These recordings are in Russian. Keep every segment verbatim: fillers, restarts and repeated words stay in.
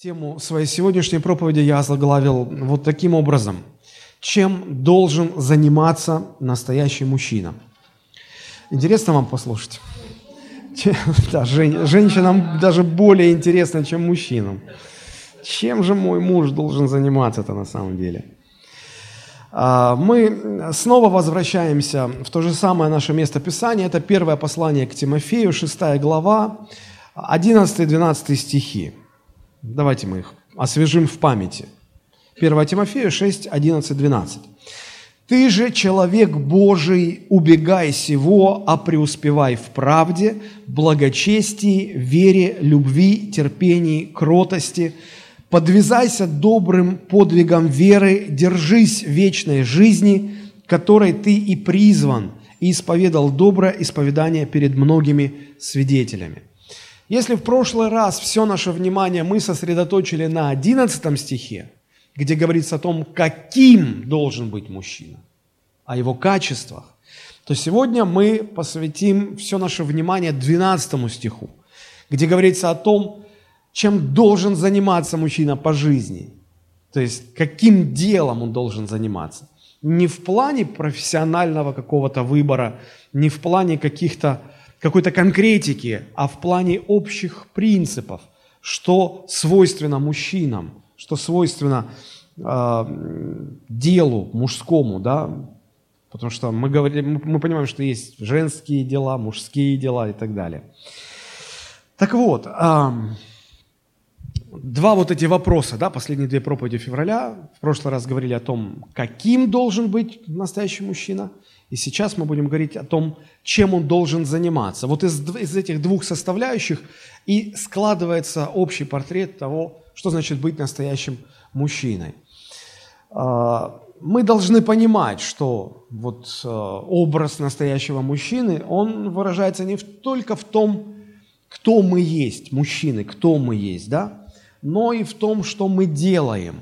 Тему своей сегодняшней проповеди я озаглавил вот таким образом. Чем должен заниматься настоящий мужчина? Интересно вам послушать? Чем, да, жен, женщинам даже более интересно, чем мужчинам. Чем же мой муж должен заниматься-то на самом деле? Мы снова возвращаемся в то же самое наше место Писания. Это первое послание к Тимофею, шестая глава, одиннадцатый-двенадцатый стихи. Давайте мы их освежим в памяти. первое Тимофею шесть, одиннадцать, двенадцать. «Ты же, человек Божий, убегай сего, а преуспевай в правде, благочестии, вере, любви, терпении, кротости. Подвязайся добрым подвигом веры, держись вечной жизни, которой ты и призван, и исповедал доброе исповедание перед многими свидетелями». Если в прошлый раз все наше внимание мы сосредоточили на одиннадцатом стихе, где говорится о том, каким должен быть мужчина, о его качествах, то сегодня мы посвятим все наше внимание двенадцатому стиху, где говорится о том, чем должен заниматься мужчина по жизни, то есть каким делом он должен заниматься. Не в плане профессионального какого-то выбора, не в плане каких-то какой-то конкретики, а в плане общих принципов, что свойственно мужчинам, что свойственно э, делу мужскому, да, потому что мы говорим, мы понимаем, что есть женские дела, мужские дела и так далее. Так вот, э, два вот эти вопроса, да, последние две проповеди февраля, в прошлый раз говорили о том, каким должен быть настоящий мужчина, и сейчас мы будем говорить о том, чем он должен заниматься. Вот из, из этих двух составляющих и складывается общий портрет того, что значит быть настоящим мужчиной. Мы должны понимать, что вот образ настоящего мужчины, он выражается не только в том, кто мы есть, мужчины, кто мы есть, да, но и в том, что мы делаем.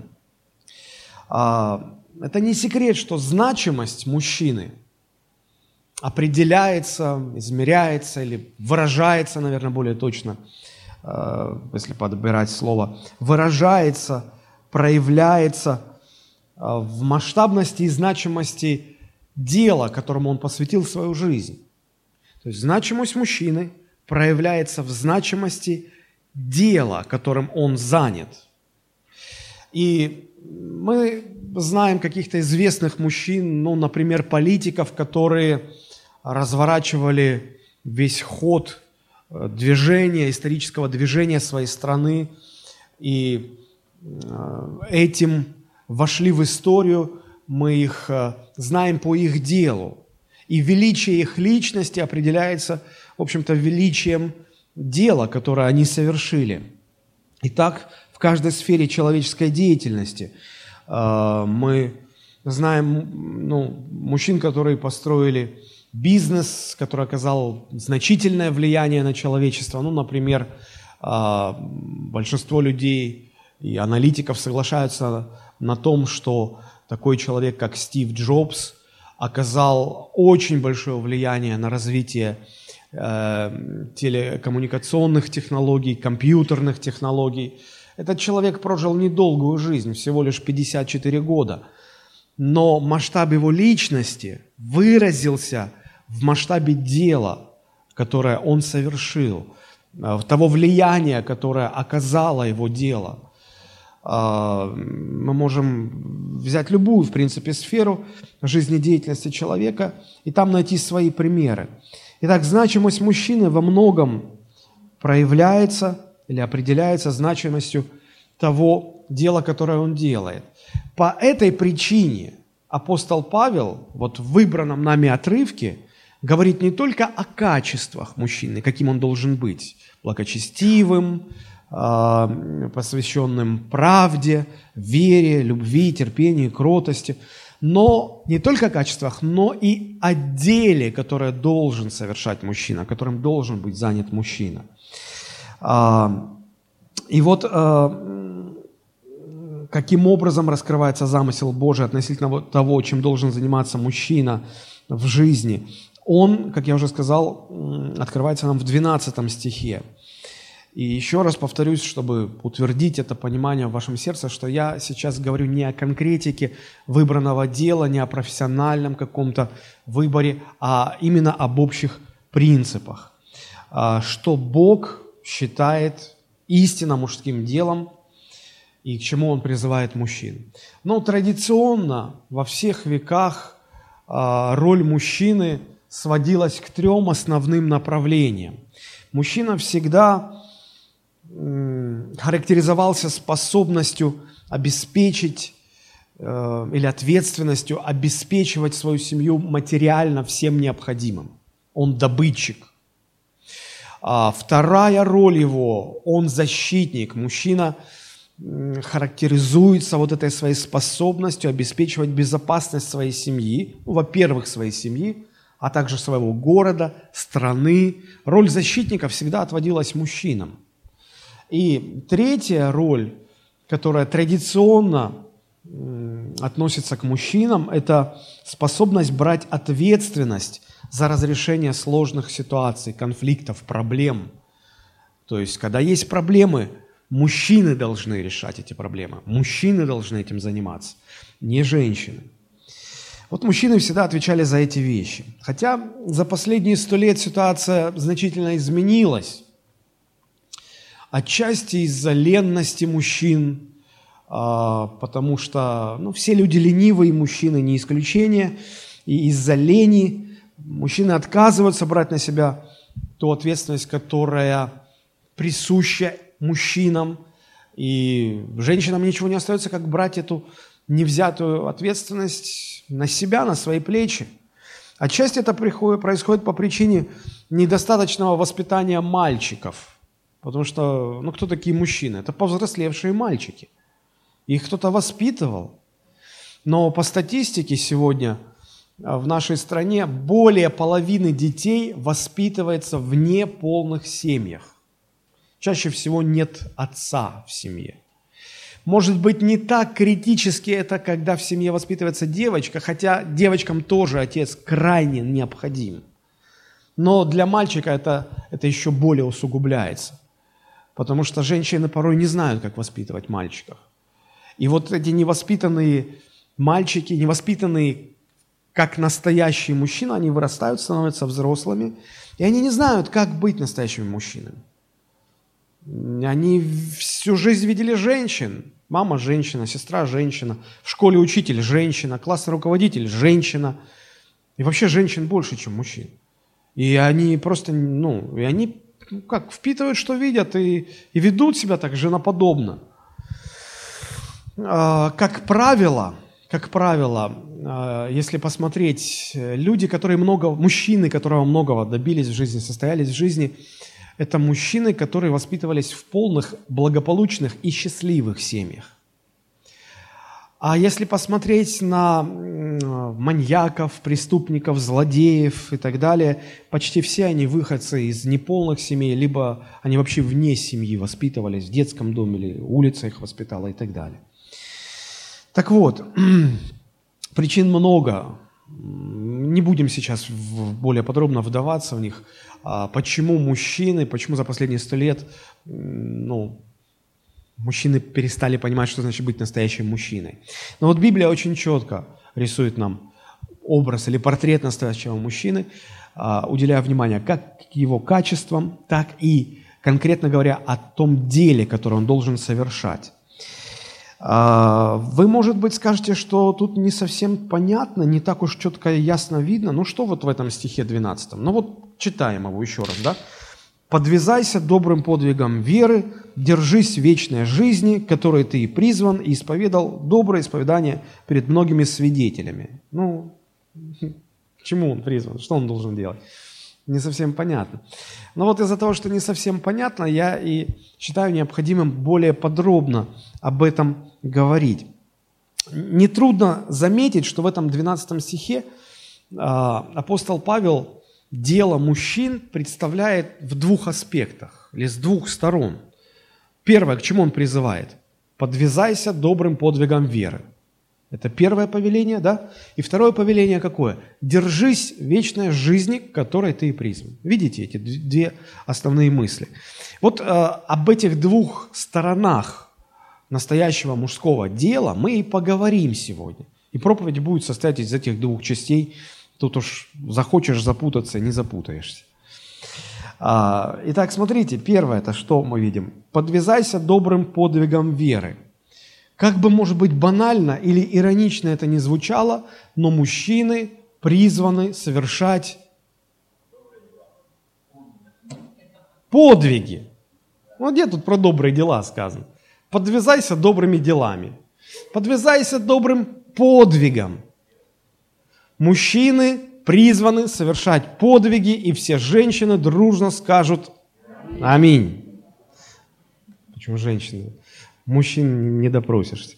Это не секрет, что значимость мужчины определяется, измеряется или выражается, наверное, более точно, если подбирать слово, выражается, проявляется в масштабности и значимости дела, которому он посвятил свою жизнь. То есть значимость мужчины проявляется в значимости дела, которым он занят. И мы знаем каких-то известных мужчин, ну, например, политиков, которые разворачивали весь ход движения, исторического движения своей страны, и этим вошли в историю, мы их знаем по их делу. И величие их личности определяется, в общем-то, величием дела, которое они совершили. Итак, в каждой сфере человеческой деятельности мы знаем, ну, мужчин, которые построили бизнес, который оказал значительное влияние на человечество. Ну, например, большинство людей и аналитиков соглашаются на том, что такой человек, как Стив Джобс, оказал очень большое влияние на развитие э, телекоммуникационных технологий, компьютерных технологий. Этот человек прожил недолгую жизнь, всего лишь пятьдесят четыре года, но масштаб его личности выразился в масштабе дела, которое он совершил, того влияния, которое оказало его дело. Мы можем взять любую, в принципе, сферу жизнедеятельности человека и там найти свои примеры. Итак, значимость мужчины во многом проявляется или определяется значимостью того дела, которое он делает. По этой причине апостол Павел вот в выбранном нами отрывке говорит не только о качествах мужчины, каким он должен быть, благочестивым, посвященным правде, вере, любви, терпению, кротости, но не только о качествах, но и о деле, которое должен совершать мужчина, которым должен быть занят мужчина. И вот каким образом раскрывается замысел Божий относительно того, чем должен заниматься мужчина в жизни. Он, как я уже сказал, открывается нам в двенадцатом стихе. И еще раз повторюсь, чтобы утвердить это понимание в вашем сердце, что я сейчас говорю не о конкретике выбранного дела, не о профессиональном каком-то выборе, а именно об общих принципах. Что Бог считает истинно мужским делом и к чему Он призывает мужчин. Но традиционно во всех веках роль мужчины сводилась к трем основным направлениям. Мужчина всегда характеризовался способностью обеспечить э, или ответственностью обеспечивать свою семью материально всем необходимым. Он добытчик. А вторая роль его, он защитник. Мужчина м, характеризуется вот этой своей способностью обеспечивать безопасность своей семьи, ну, во-первых, своей семьи, а также своего города, страны. Роль защитника всегда отводилась мужчинам. И третья роль, которая традиционно относится к мужчинам, это способность брать ответственность за разрешение сложных ситуаций, конфликтов, проблем. То есть, когда есть проблемы, мужчины должны решать эти проблемы, мужчины должны этим заниматься, не женщины. Вот мужчины всегда отвечали за эти вещи. Хотя за последние сто лет ситуация значительно изменилась. Отчасти из-за ленности мужчин, потому что ну, все люди ленивые, мужчины не исключение. И из-за лени мужчины отказываются брать на себя ту ответственность, которая присуща мужчинам. И женщинам ничего не остается, как брать эту невзятую ответственность на себя, на свои плечи. Отчасти это происходит по причине недостаточного воспитания мальчиков. Потому что, ну, кто такие мужчины? Это повзрослевшие мальчики. Их кто-то воспитывал. Но по статистике сегодня в нашей стране более половины детей воспитывается в неполных семьях. Чаще всего нет отца в семье. Может быть, не так критически это, когда в семье воспитывается девочка, хотя девочкам тоже отец крайне необходим. Но для мальчика это, это еще более усугубляется. Потому что женщины порой не знают, как воспитывать мальчиков. И вот эти невоспитанные мальчики, невоспитанные как настоящие мужчины, они вырастают, становятся взрослыми, и они не знают, как быть настоящими мужчинами. Они всю жизнь видели женщин. Мама – женщина, сестра – женщина, в школе учитель – женщина, классный руководитель – женщина. И вообще женщин больше, чем мужчин. И они просто, ну, и они... Ну, как, впитывают, что видят, и, и ведут себя так женоподобно. А, как правило, как правило, а, если посмотреть, люди, которые много, мужчины, которые многого добились в жизни, состоялись в жизни, это мужчины, которые воспитывались в полных, благополучных и счастливых семьях. А если посмотреть на маньяков, преступников, злодеев и так далее, почти все они выходцы из неполных семей, либо они вообще вне семьи воспитывались, в детском доме или улица их воспитала и так далее. Так вот, причин много. Не будем сейчас более подробно вдаваться в них. Почему мужчины, почему за последние сто лет, ну, мужчины перестали понимать, что значит быть настоящим мужчиной. Но вот Библия очень четко рисует нам образ или портрет настоящего мужчины, уделяя внимание как к его качествам, так и, конкретно говоря, о том деле, которое он должен совершать. Вы, может быть, скажете, что тут не совсем понятно, не так уж четко и ясно видно. Ну что вот в этом стихе двенадцатом? Ну вот читаем его еще раз, да? «Подвязайся добрым подвигом веры, держись вечной жизни, которой ты и призван, и исповедал доброе исповедание перед многими свидетелями». Ну, к чему он призван? Что он должен делать? Не совсем понятно. Но вот из-за того, что не совсем понятно, я и считаю необходимым более подробно об этом говорить. Нетрудно заметить, что в этом двенадцатом стихе апостол Павел дело мужчин представляет в двух аспектах, или с двух сторон. Первое, к чему он призывает? Подвязайся добрым подвигом веры. Это первое повеление, да? И второе повеление какое? Держись вечной жизни, к которой ты и призван. Видите эти две основные мысли? Вот э, об этих двух сторонах настоящего мужского дела мы и поговорим сегодня. И проповедь будет состоять из этих двух частей. Тут уж захочешь запутаться, не запутаешься. А, итак, смотрите, первое, это что мы видим? Подвязайся добрым подвигом веры. Как бы, может быть, банально или иронично это ни звучало, но мужчины призваны совершать подвиги. Ну, где тут про добрые дела сказано? Подвязайся добрыми делами. Подвязайся добрым подвигом. Мужчины призваны совершать подвиги, и все женщины дружно скажут «Аминь». Почему женщины? Мужчин не допросишься.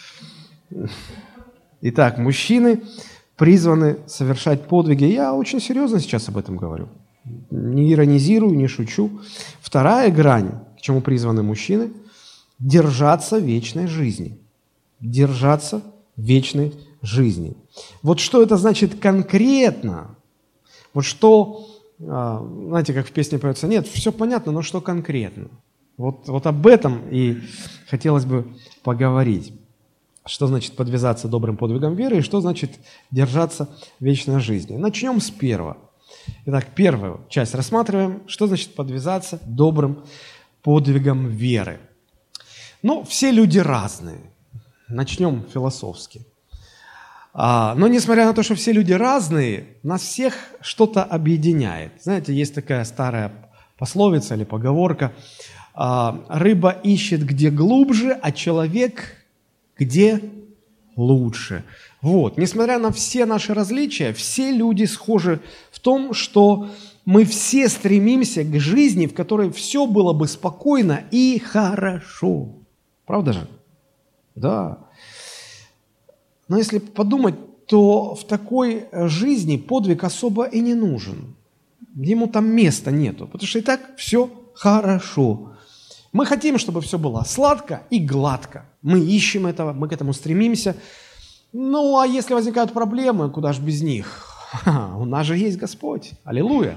Итак, мужчины призваны совершать подвиги. Я очень серьезно сейчас об этом говорю. Не иронизирую, не шучу. Вторая грань, к чему призваны мужчины – держаться вечной жизни. Держаться вечной жизни. Вот что это значит конкретно? Вот что, знаете, как в песне поется, нет, все понятно, но что конкретно? Вот, вот об этом и хотелось бы поговорить. Что значит подвязаться добрым подвигом веры и что значит держаться вечной жизни. Начнем с первого. Итак, первую часть рассматриваем. Что значит подвязаться добрым подвигом веры? Ну, все люди разные. Начнем философски. А, но несмотря на то, что все люди разные, нас всех что-то объединяет. Знаете, есть такая старая пословица или поговорка: рыба ищет где глубже, а человек где лучше. Вот. Несмотря на все наши различия, все люди схожи в том, что мы все стремимся к жизни, в которой все было бы спокойно и хорошо. Правда же? Да. Но если подумать, то в такой жизни подвиг особо и не нужен. Ему там места нету, потому что и так все хорошо. Мы хотим, чтобы все было сладко и гладко. Мы ищем этого, мы к этому стремимся. Ну, а если возникают проблемы, куда же без них? У нас же есть Господь. Аллилуйя.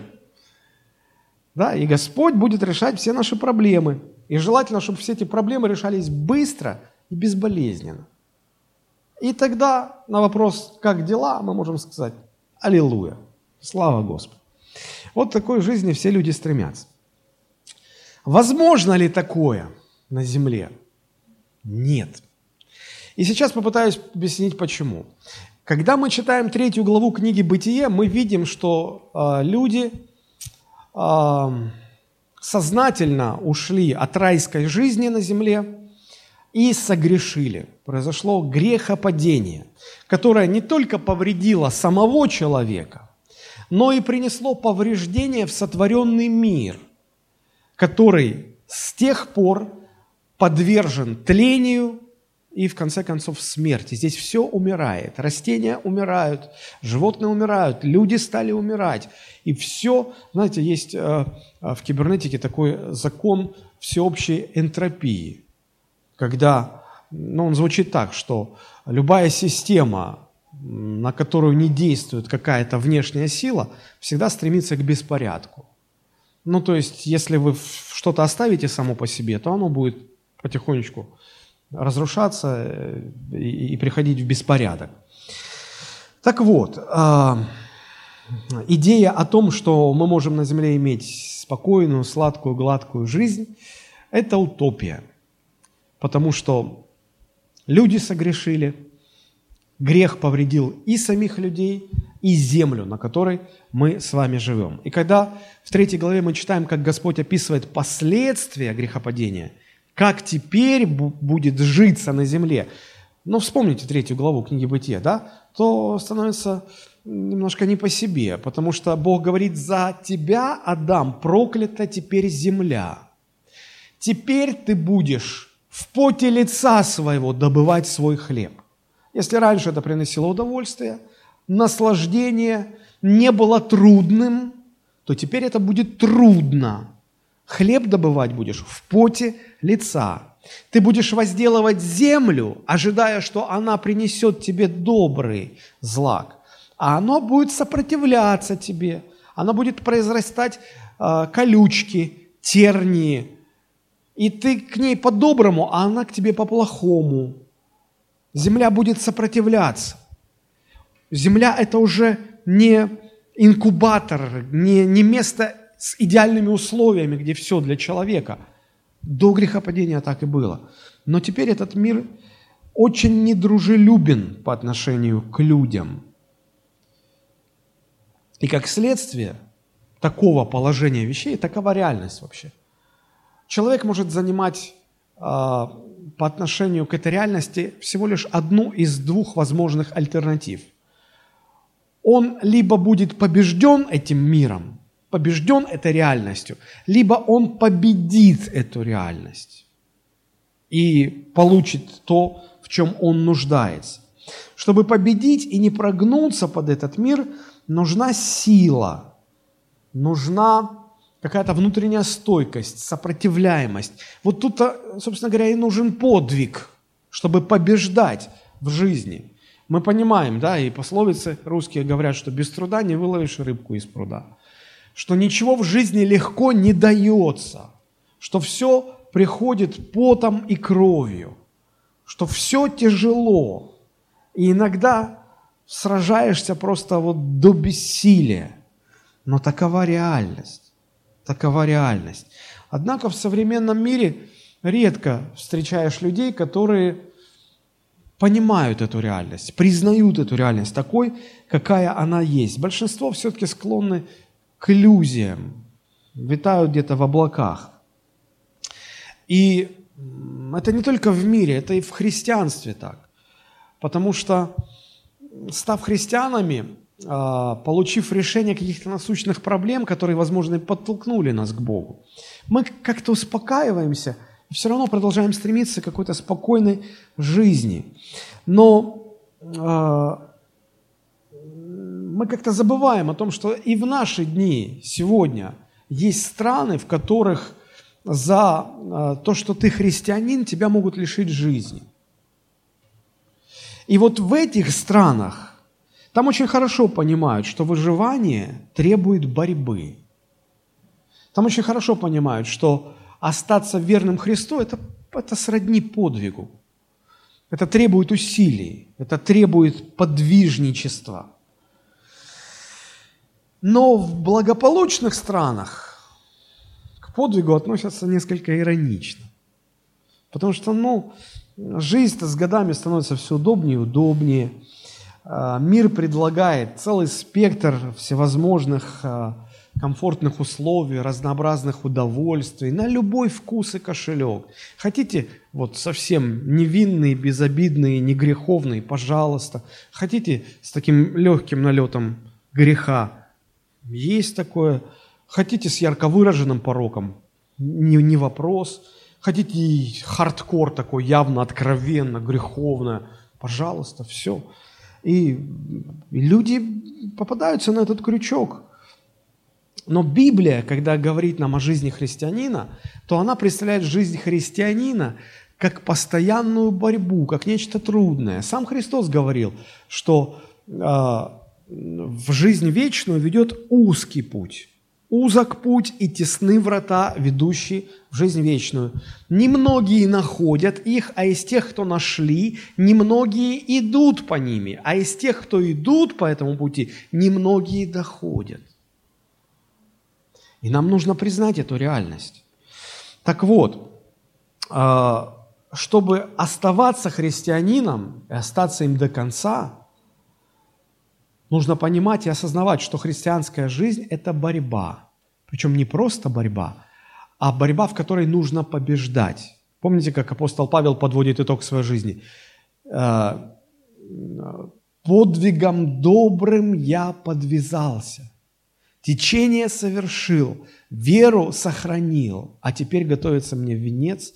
Да, и Господь будет решать все наши проблемы. И желательно, чтобы все эти проблемы решались быстро и безболезненно. И тогда на вопрос, как дела, мы можем сказать: аллилуйя, слава Господу. Вот к такой жизни все люди стремятся. Возможно ли такое на земле? Нет. И сейчас попытаюсь объяснить, почему. Когда мы читаем третью главу книги «Бытие», мы видим, что э, люди э, сознательно ушли от райской жизни на земле и согрешили. Произошло грехопадение, которое не только повредило самого человека, но и принесло повреждение в сотворенный мир, который с тех пор подвержен тлению и, в конце концов, смерти. Здесь все умирает. Растения умирают, животные умирают, люди стали умирать. И все, знаете, есть э, в кибернетике такой закон всеобщей энтропии, когда, ну, он звучит так, что любая система, на которую не действует какая-то внешняя сила, всегда стремится к беспорядку. Ну, то есть, если вы что-то оставите само по себе, то оно будет потихонечку разрушаться и, и приходить в беспорядок. Так вот, э, идея о том, что мы можем на земле иметь спокойную, сладкую, гладкую жизнь, это утопия. Потому что люди согрешили, грех повредил и самих людей, и землю, на которой мы с вами живем. И когда в третьей главе мы читаем, как Господь описывает последствия грехопадения, как теперь будет житься на земле, ну, вспомните третью главу книги Бытия, да, то становится немножко не по себе, потому что Бог говорит: за тебя, Адам, проклята теперь земля. Теперь ты будешь в поте лица своего добывать свой хлеб. Если раньше это приносило удовольствие, наслаждение, не было трудным, то теперь это будет трудно. Хлеб добывать будешь в поте лица. Ты будешь возделывать землю, ожидая, что она принесет тебе добрый злак. А оно будет сопротивляться тебе. Оно будет произрастать э, колючки, тернии. И ты к ней по-доброму, а она к тебе по-плохому. Земля будет сопротивляться. Земля – это уже не инкубатор, не, не место с идеальными условиями, где все для человека. До грехопадения так и было. Но теперь этот мир очень недружелюбен по отношению к людям. И как следствие такого положения вещей, такова реальность вообще. Человек может занимать э, по отношению к этой реальности всего лишь одну из двух возможных альтернатив. Он либо будет побежден этим миром, побежден этой реальностью, либо он победит эту реальность и получит то, в чем он нуждается. Чтобы победить и не прогнуться под этот мир, нужна сила, нужна какая-то внутренняя стойкость, сопротивляемость. Вот тут-то, собственно говоря, и нужен подвиг, чтобы побеждать в жизни. Мы понимаем, да, и пословицы русские говорят, что без труда не выловишь рыбку из пруда. Что ничего в жизни легко не дается, что все приходит потом и кровью, что все тяжело. И иногда сражаешься просто вот до бессилия. Но такова реальность. Такова реальность. Однако в современном мире редко встречаешь людей, которые понимают эту реальность, признают эту реальность такой, какая она есть. Большинство все-таки склонны к иллюзиям, витают где-то в облаках. И это не только в мире, это и в христианстве так. Потому что, став христианами, получив решение каких-то насущных проблем, которые, возможно, и подтолкнули нас к Богу, мы как-то успокаиваемся и все равно продолжаем стремиться к какой-то спокойной жизни. Но мы как-то забываем о том, что и в наши дни, сегодня, есть страны, в которых за то, что ты христианин, тебя могут лишить жизни. И вот в этих странах там очень хорошо понимают, что выживание требует борьбы. Там очень хорошо понимают, что остаться верным Христу – это, это сродни подвигу. Это требует усилий, это требует подвижничества. Но в благополучных странах к подвигу относятся несколько иронично. Потому что, ну, жизнь-то с годами становится все удобнее и удобнее. Мир предлагает целый спектр всевозможных комфортных условий, разнообразных удовольствий, на любой вкус и кошелек. Хотите вот совсем невинные, безобидные, негреховные, пожалуйста. Хотите с таким легким налетом греха? Есть такое. Хотите с ярко выраженным пороком? Не, не вопрос. Хотите хардкор такой, явно, откровенно, греховно? Пожалуйста, все. И, и люди попадаются на этот крючок. Но Библия, когда говорит нам о жизни христианина, то она представляет жизнь христианина как постоянную борьбу, как нечто трудное. Сам Христос говорил, что э, в жизнь вечную ведет узкий путь. Узок путь и тесны врата, ведущие в жизнь вечную. Немногие находят их, а из тех, кто нашли, немногие идут по ними, а из тех, кто идут по этому пути, немногие доходят. И нам нужно признать эту реальность. Так вот, чтобы оставаться христианином и остаться им до конца, нужно понимать и осознавать, что христианская жизнь – это борьба. Причем не просто борьба, а борьба, в которой нужно побеждать. Помните, как апостол Павел подводит итог своей жизни? «Подвигом добрым я подвязался, течение совершил, веру сохранил, а теперь готовится мне венец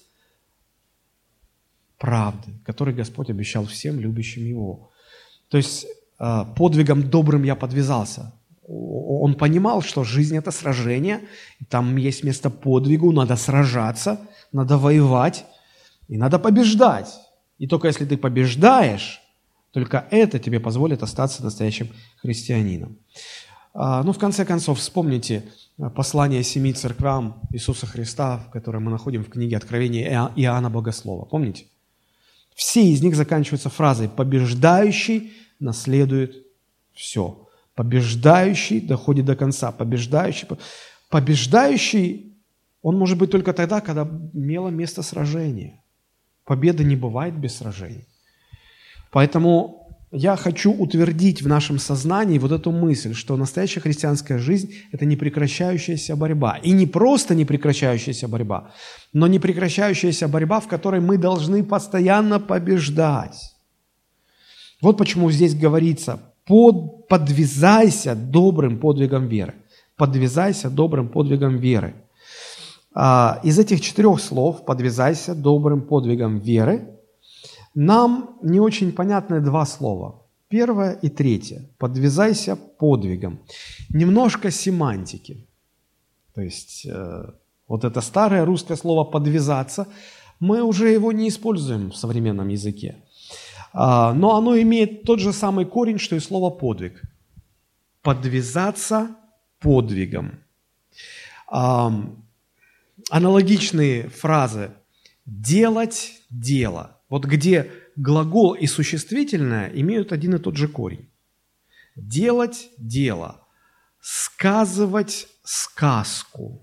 правды, который Господь обещал всем любящим Его». То есть подвигом добрым я подвязался. Он понимал, что жизнь – это сражение, там есть место подвигу, надо сражаться, надо воевать и надо побеждать. И только если ты побеждаешь, только это тебе позволит остаться настоящим христианином. Ну, в конце концов, вспомните послание семи церквам Иисуса Христа, которое мы находим в книге Откровения Иоанна Богослова. Помните? Все из них заканчиваются фразой «побеждающий наследует все». Побеждающий доходит до конца. Побеждающий, побеждающий, он может быть только тогда, когда имело место сражение. Победа не бывает без сражений. Поэтому я хочу утвердить в нашем сознании вот эту мысль, что настоящая христианская жизнь – это непрекращающаяся борьба. И не просто непрекращающаяся борьба, но непрекращающаяся борьба, в которой мы должны постоянно побеждать. Вот почему здесь говорится под, «подвязайся добрым подвигом веры». «Подвязайся добрым подвигом веры». А, из этих четырех слов «подвязайся добрым подвигом веры» нам не очень понятны два слова. Первое и третье. «Подвязайся подвигом». Немножко семантики. То есть э, вот это старое русское слово «подвязаться», мы уже его не используем в современном языке. А, но оно имеет тот же самый корень, что и слово «подвиг». «Подвязаться подвигом». А, аналогичные фразы «делать дело». Вот где глагол и существительное имеют один и тот же корень. Делать дело, сказывать сказку,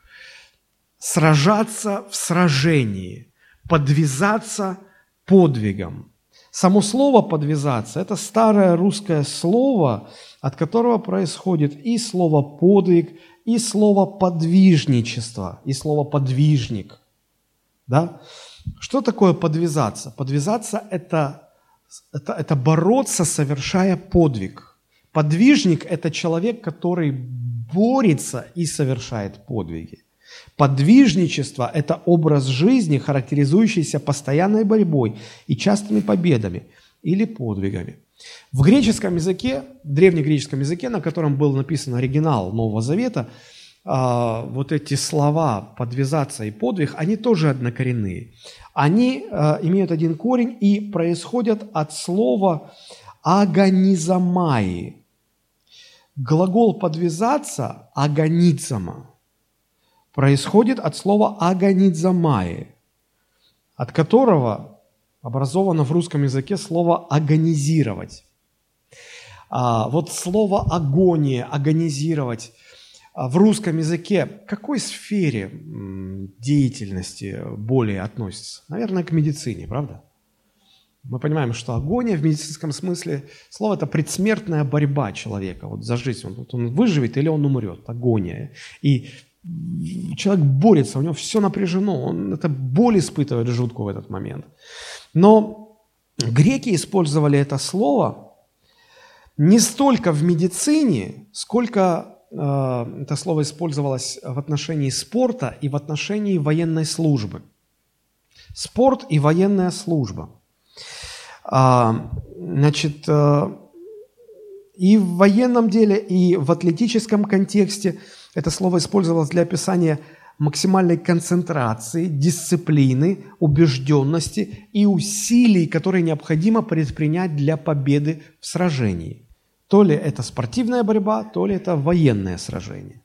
сражаться в сражении, подвязаться подвигом. Само слово «подвязаться» – это старое русское слово, от которого происходит и слово «подвиг», и слово «подвижничество», и слово «подвижник». Да? Что такое подвязаться? Подвязаться – это, это, это бороться, совершая подвиг. Подвижник – это человек, который борется и совершает подвиги. Подвижничество – это образ жизни, характеризующийся постоянной борьбой и частыми победами или подвигами. В греческом языке, древнегреческом языке, на котором был написан оригинал Нового Завета, вот эти слова «подвязаться» и «подвиг», они тоже однокоренные. Они э, имеют один корень и происходят от слова «агонизомаи». Глагол «подвязаться» «агонизома» происходит от слова «агонизомаи», от которого образовано в русском языке слово «агонизировать». А, вот слово «агония», «агонизировать» в русском языке к какой сфере деятельности более относится? Наверное, к медицине, правда? Мы понимаем, что агония в медицинском смысле слова – это предсмертная борьба человека вот за жизнь. Вот он выживет или он умрет. Агония. И человек борется, у него все напряжено, он это боль испытывает жуткую в этот момент. Но греки использовали это слово не столько в медицине, сколько это слово использовалось в отношении спорта и в отношении военной службы. Спорт и военная служба. Значит, и в военном деле, и в атлетическом контексте это слово использовалось для описания максимальной концентрации, дисциплины, убежденности и усилий, которые необходимо предпринять для победы в сражении. То ли это спортивная борьба, то ли это военное сражение.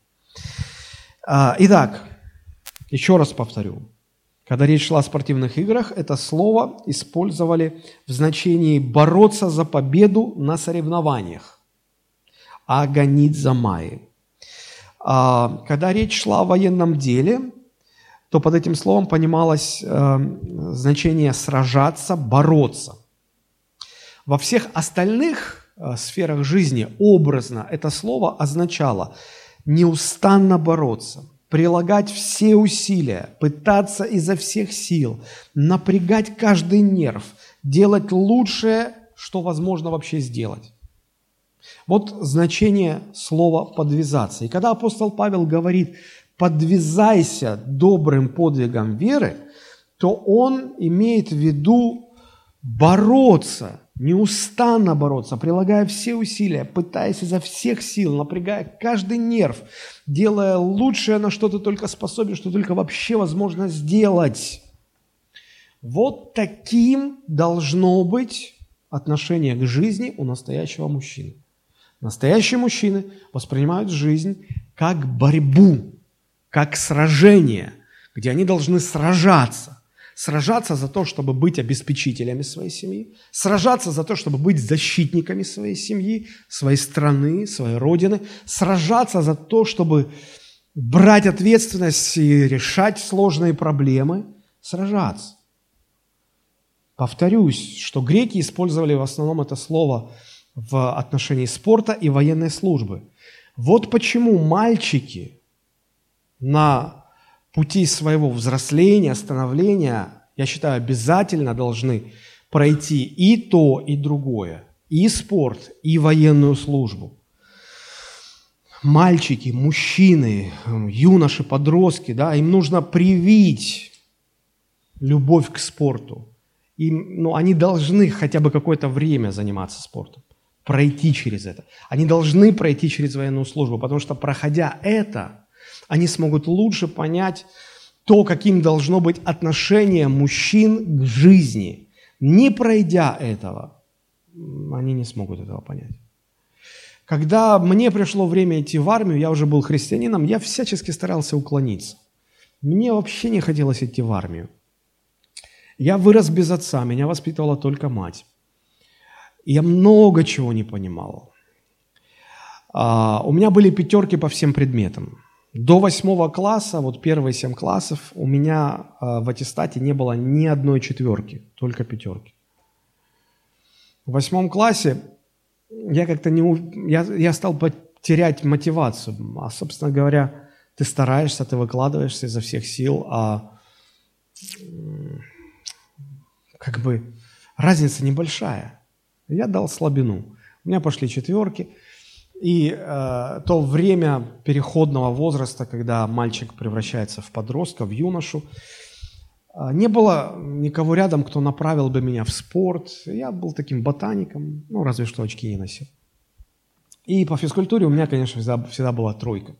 Итак, еще раз повторю. Когда речь шла о спортивных играх, это слово использовали в значении «бороться за победу на соревнованиях». Агонизомаи. Когда речь шла о военном деле, то под этим словом понималось значение «сражаться», «бороться». Во всех остальных сферах жизни образно это слово означало неустанно бороться, прилагать все усилия, пытаться изо всех сил, напрягать каждый нерв, делать лучшее, что возможно вообще сделать. Вот значение слова «подвязаться». И когда апостол Павел говорит «подвязайся добрым подвигом веры», то он имеет в виду бороться неустанно бороться, прилагая все усилия, пытаясь изо всех сил, напрягая каждый нерв, делая лучшее, на что ты только способен, что только вообще возможно сделать. Вот таким должно быть отношение к жизни у настоящего мужчины. Настоящие мужчины воспринимают жизнь как борьбу, как сражение, где они должны сражаться. Сражаться за то, чтобы быть обеспечителями своей семьи, сражаться за то, чтобы быть защитниками своей семьи, своей страны, своей родины, сражаться за то, чтобы брать ответственность и решать сложные проблемы, сражаться. Повторюсь, что греки использовали в основном это слово в отношении спорта и военной службы. Вот почему мальчики на пути своего взросления, становления, я считаю, обязательно должны пройти и то, и другое, и спорт, и военную службу. Мальчики, мужчины, юноши, подростки, да, им нужно привить любовь к спорту. Им, ну, они должны хотя бы какое-то время заниматься спортом, пройти через это. Они должны пройти через военную службу, потому что, проходя это, они смогут лучше понять то, каким должно быть отношение мужчин к жизни. Не пройдя этого, они не смогут этого понять. Когда мне пришло время идти в армию, я уже был христианином, я всячески старался уклониться. Мне вообще не хотелось идти в армию. Я вырос без отца, меня воспитывала только мать. Я много чего не понимал. А, у меня были пятерки по всем предметам. До восьмого класса, вот первые семь классов, у меня э, в аттестате не было ни одной четверки, только пятерки. В восьмом классе я как-то не... Я, я стал терять мотивацию. А, собственно говоря, ты стараешься, ты выкладываешься изо всех сил, а как бы разница небольшая. Я дал слабину. У меня пошли четверки. И э, то время переходного возраста, когда мальчик превращается в подростка, в юношу, э, не было никого рядом, кто направил бы меня в спорт. Я был таким ботаником, ну, разве что очки не носил. И по физкультуре у меня, конечно, всегда, всегда была тройка.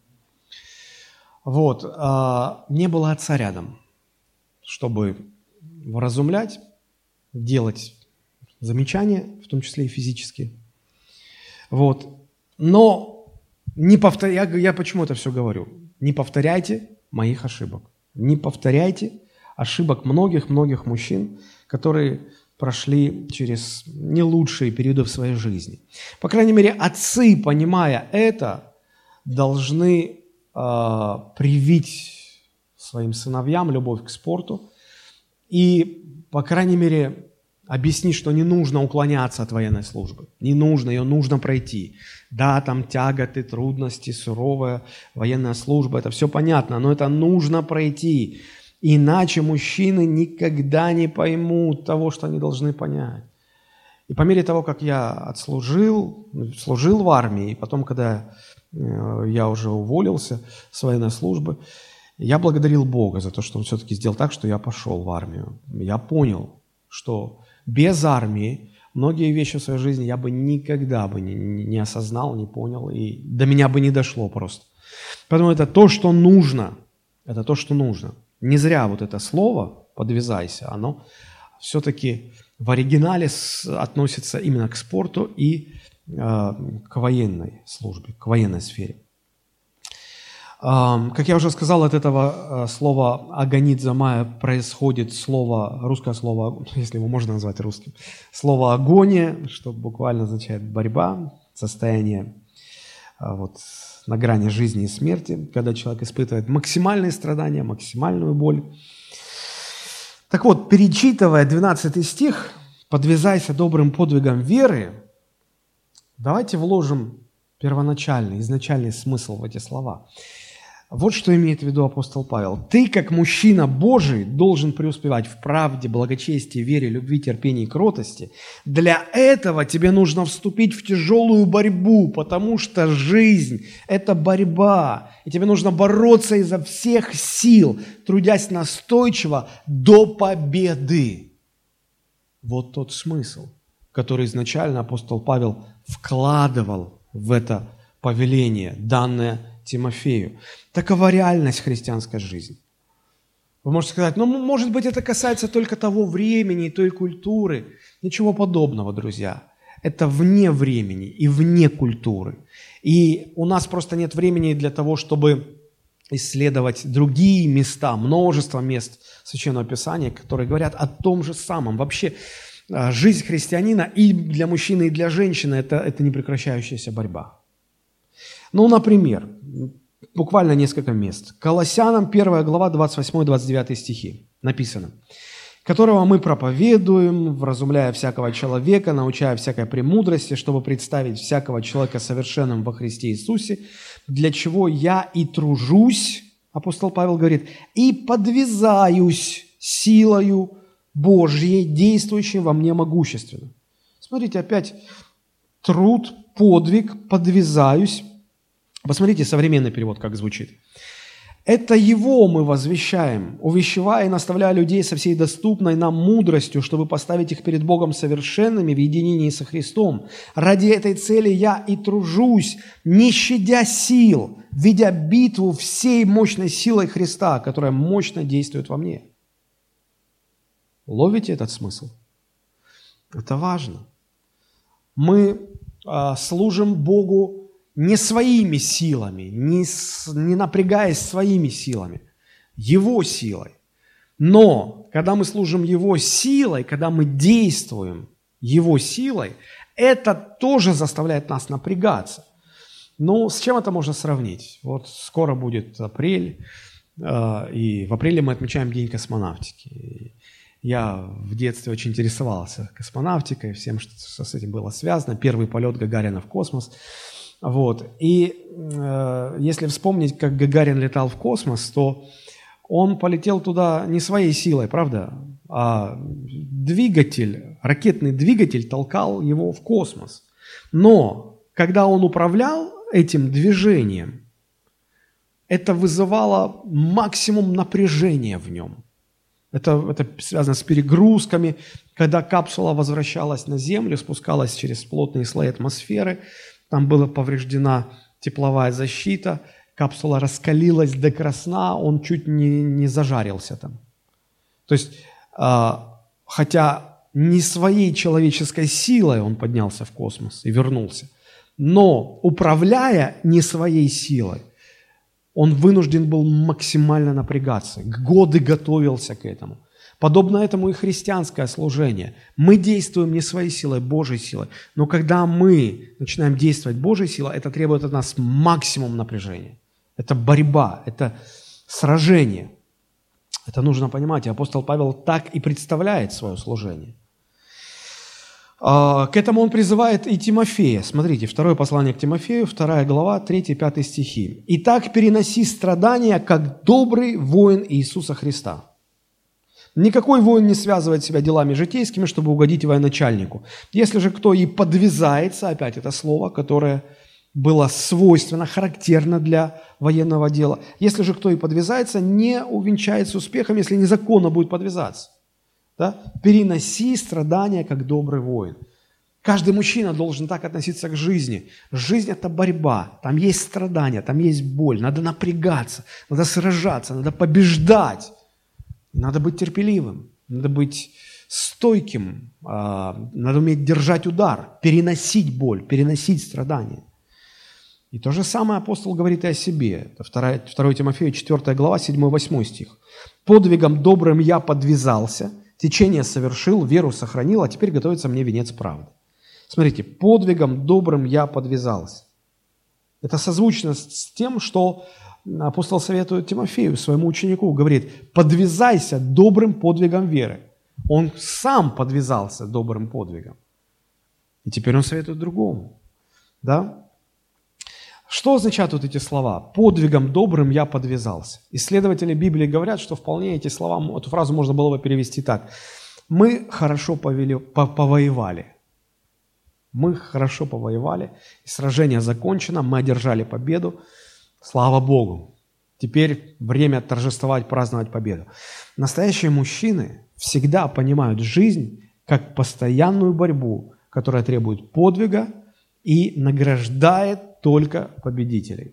Вот. Э, не было отца рядом, чтобы вразумлять, делать замечания, в том числе и физические. Вот. Но не повтор... я, я почему это все говорю? Не повторяйте моих ошибок. Не повторяйте ошибок многих-многих мужчин, которые прошли через не лучшие периоды в своей жизни. По крайней мере, отцы, понимая это, должны э, привить своим сыновьям любовь к спорту и, по крайней мере, объяснить, что не нужно уклоняться от военной службы. Не нужно, ее нужно пройти. Да, там тяготы, трудности, суровая военная служба, это все понятно, но это нужно пройти. Иначе мужчины никогда не поймут того, что они должны понять. И по мере того, как я отслужил, служил в армии, и потом, когда я уже уволился с военной службы, я благодарил Бога за то, что Он все-таки сделал так, что я пошел в армию. Я понял, что без армии многие вещи в своей жизни я бы никогда бы не, не осознал, не понял, и до меня бы не дошло просто. Поэтому это то, что нужно. Это то, что нужно. Не зря вот это слово «подвязайся», оно все-таки в оригинале с, относится именно к спорту и э, к военной службе, к военной сфере. Как я уже сказал, от этого слова «агонит майя» происходит слово, русское слово, если его можно назвать русским, слово «агония», что буквально означает борьба, состояние вот, на грани жизни и смерти, когда человек испытывает максимальные страдания, максимальную боль. Так вот, перечитывая двенадцатый стих «подвязайся добрым подвигом веры», давайте вложим первоначальный, изначальный смысл в эти слова. Вот что имеет в виду апостол Павел. Ты, как мужчина Божий, должен преуспевать в правде, благочестии, вере, любви, терпении и кротости. Для этого тебе нужно вступить в тяжелую борьбу, потому что жизнь – это борьба. И тебе нужно бороться изо всех сил, трудясь настойчиво до победы. Вот тот смысл, который изначально апостол Павел вкладывал в это повеление, данное Тимофею. Такова реальность христианской жизни. Вы можете сказать, ну, может быть, это касается только того времени и той культуры. Ничего подобного, друзья. Это вне времени и вне культуры. И у нас просто нет времени для того, чтобы исследовать другие места, множество мест Священного Писания, которые говорят о том же самом. Вообще, жизнь христианина и для мужчины, и для женщины – это, это непрекращающаяся борьба. Ну, например, буквально несколько мест. Колоссянам первая глава, двадцать восьмой двадцать девятый стихи написано. «Которого мы проповедуем, вразумляя всякого человека, научая всякой премудрости, чтобы представить всякого человека совершенным во Христе Иисусе, для чего я и тружусь, апостол Павел говорит, и подвязаюсь силою Божьей, действующей во мне могущественно». Смотрите, опять труд, подвиг, подвязаюсь. Посмотрите, современный перевод как звучит. «Это Его мы возвещаем, увещевая и наставляя людей со всей доступной нам мудростью, чтобы поставить их перед Богом совершенными в единении со Христом. Ради этой цели я и тружусь, не щадя сил, ведя битву всей мощной силой Христа, которая мощно действует во мне». Ловите этот смысл? Это важно. Мы а, служим Богу не своими силами, не, с, не напрягаясь своими силами, Его силой. Но когда мы служим Его силой, когда мы действуем Его силой, это тоже заставляет нас напрягаться. Ну, с чем это можно сравнить? Вот скоро будет апрель, э, и в апреле мы отмечаем День космонавтики. Я в детстве очень интересовался космонавтикой, всем, что с этим было связано. Первый полет Гагарина в космос. Вот. И э, если вспомнить, как Гагарин летал в космос, то он полетел туда не своей силой, правда? А двигатель, ракетный двигатель толкал его в космос. Но когда он управлял этим движением, это вызывало максимум напряжения в нем. Это, это связано с перегрузками. Когда капсула возвращалась на Землю, спускалась через плотные слои атмосферы, там была повреждена тепловая защита, капсула раскалилась до красна, он чуть не, не зажарился там. То есть, э, хотя не своей человеческой силой он поднялся в космос и вернулся, но управляя не своей силой, он вынужден был максимально напрягаться, годы готовился к этому. Подобно этому и христианское служение. Мы действуем не своей силой, Божьей силой. Но когда мы начинаем действовать Божьей силой, это требует от нас максимум напряжения. Это борьба, это сражение. Это нужно понимать. И апостол Павел так и представляет свое служение. К этому он призывает и Тимофея. Смотрите, второе послание к Тимофею, вторая глава, третий-пятый стихи. «Итак, переноси страдания, как добрый воин Иисуса Христа». Никакой воин не связывает себя делами житейскими, чтобы угодить военачальнику. Если же кто и подвязается, опять это слово, которое было свойственно, характерно для военного дела, если же кто и подвязается, не увенчается успехом, если незаконно будет подвязаться. Да? Переноси страдания, как добрый воин. Каждый мужчина должен так относиться к жизни. Жизнь – это борьба, там есть страдания, там есть боль, надо напрягаться, надо сражаться, надо побеждать. Надо быть терпеливым, надо быть стойким, надо уметь держать удар, переносить боль, переносить страдания. И то же самое апостол говорит и о себе. Это второе Тимофею, четвёртая глава, седьмой-восьмой стих. «Подвигом добрым я подвязался, течение совершил, веру сохранил, а теперь готовится мне венец правды». Смотрите, подвигом добрым я подвязался. Это созвучно с тем, что апостол советует Тимофею, своему ученику, говорит, подвязайся добрым подвигом веры. Он сам подвязался добрым подвигом. И теперь он советует другому. Да? Что означают вот эти слова? Подвигом добрым я подвязался. Исследователи Библии говорят, что вполне эти слова, эту фразу можно было бы перевести так. Мы хорошо повели, по, повоевали. Мы хорошо повоевали. Сражение закончено, мы одержали победу. Слава Богу! Теперь время торжествовать, праздновать победу. Настоящие мужчины всегда понимают жизнь как постоянную борьбу которая требует подвига и награждает только победителей.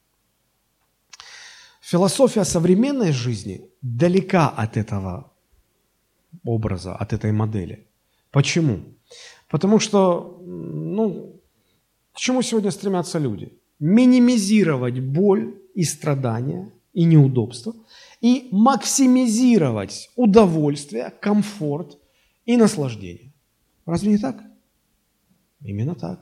Философия современной жизни далека от этого образа, от этой модели. Почему? Потому что, ну, к чему сегодня стремятся люди? Минимизировать боль и страдания, и неудобства, и максимизировать удовольствие, комфорт и наслаждение. Разве не так? Именно так.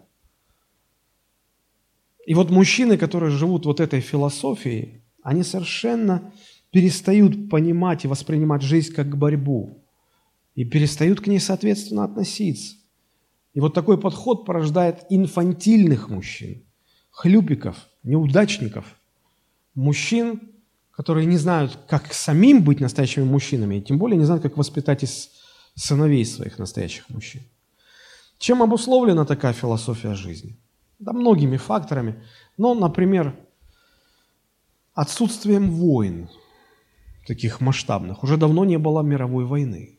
И вот мужчины, которые живут вот этой философией, они совершенно перестают понимать и воспринимать жизнь как борьбу, и перестают к ней соответственно относиться. И вот такой подход порождает инфантильных мужчин, хлюпиков, неудачников, мужчин, которые не знают, как самим быть настоящими мужчинами, и тем более не знают, как воспитать из сыновей своих настоящих мужчин. Чем обусловлена такая философия жизни? Да многими факторами, но, например, отсутствием войн, таких масштабных. Уже давно не было мировой войны.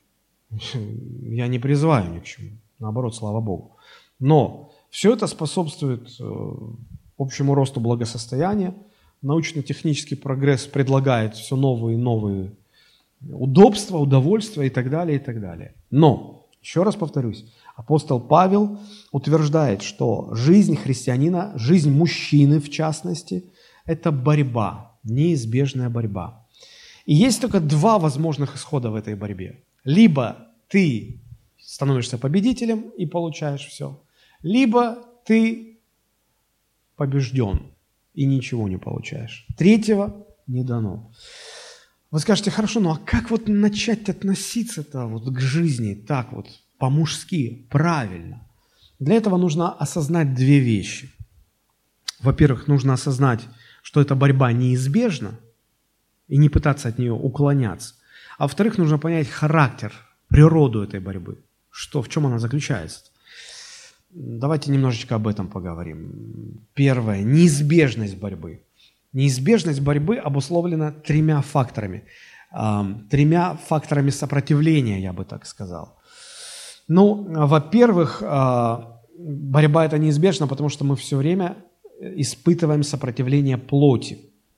Я не призываю ни к чему, наоборот, слава Богу. Но все это способствует общему росту благосостояния. Научно-технический прогресс предлагает все новые и новые удобства, удовольствия и так далее, и так далее. Но, еще раз повторюсь, апостол Павел утверждает, что жизнь христианина, жизнь мужчины в частности, это борьба, неизбежная борьба. И есть только два возможных исхода в этой борьбе. Либо ты становишься победителем и получаешь все, либо ты побежден и ничего не получаешь. Третьего не дано. Вы скажете, хорошо, ну а как вот начать относиться-то вот к жизни так вот по-мужски, правильно? Для этого нужно осознать две вещи. Во-первых, нужно осознать, что эта борьба неизбежна, и не пытаться от нее уклоняться. А во-вторых, нужно понять характер, природу этой борьбы. Что, в чем она заключается? Давайте немножечко об этом поговорим. Первое. Неизбежность борьбы. Неизбежность борьбы обусловлена тремя факторами. Тремя факторами сопротивления, я бы так сказал. Ну, во-первых, борьба эта неизбежна, потому что мы все время испытываем сопротивление плоти.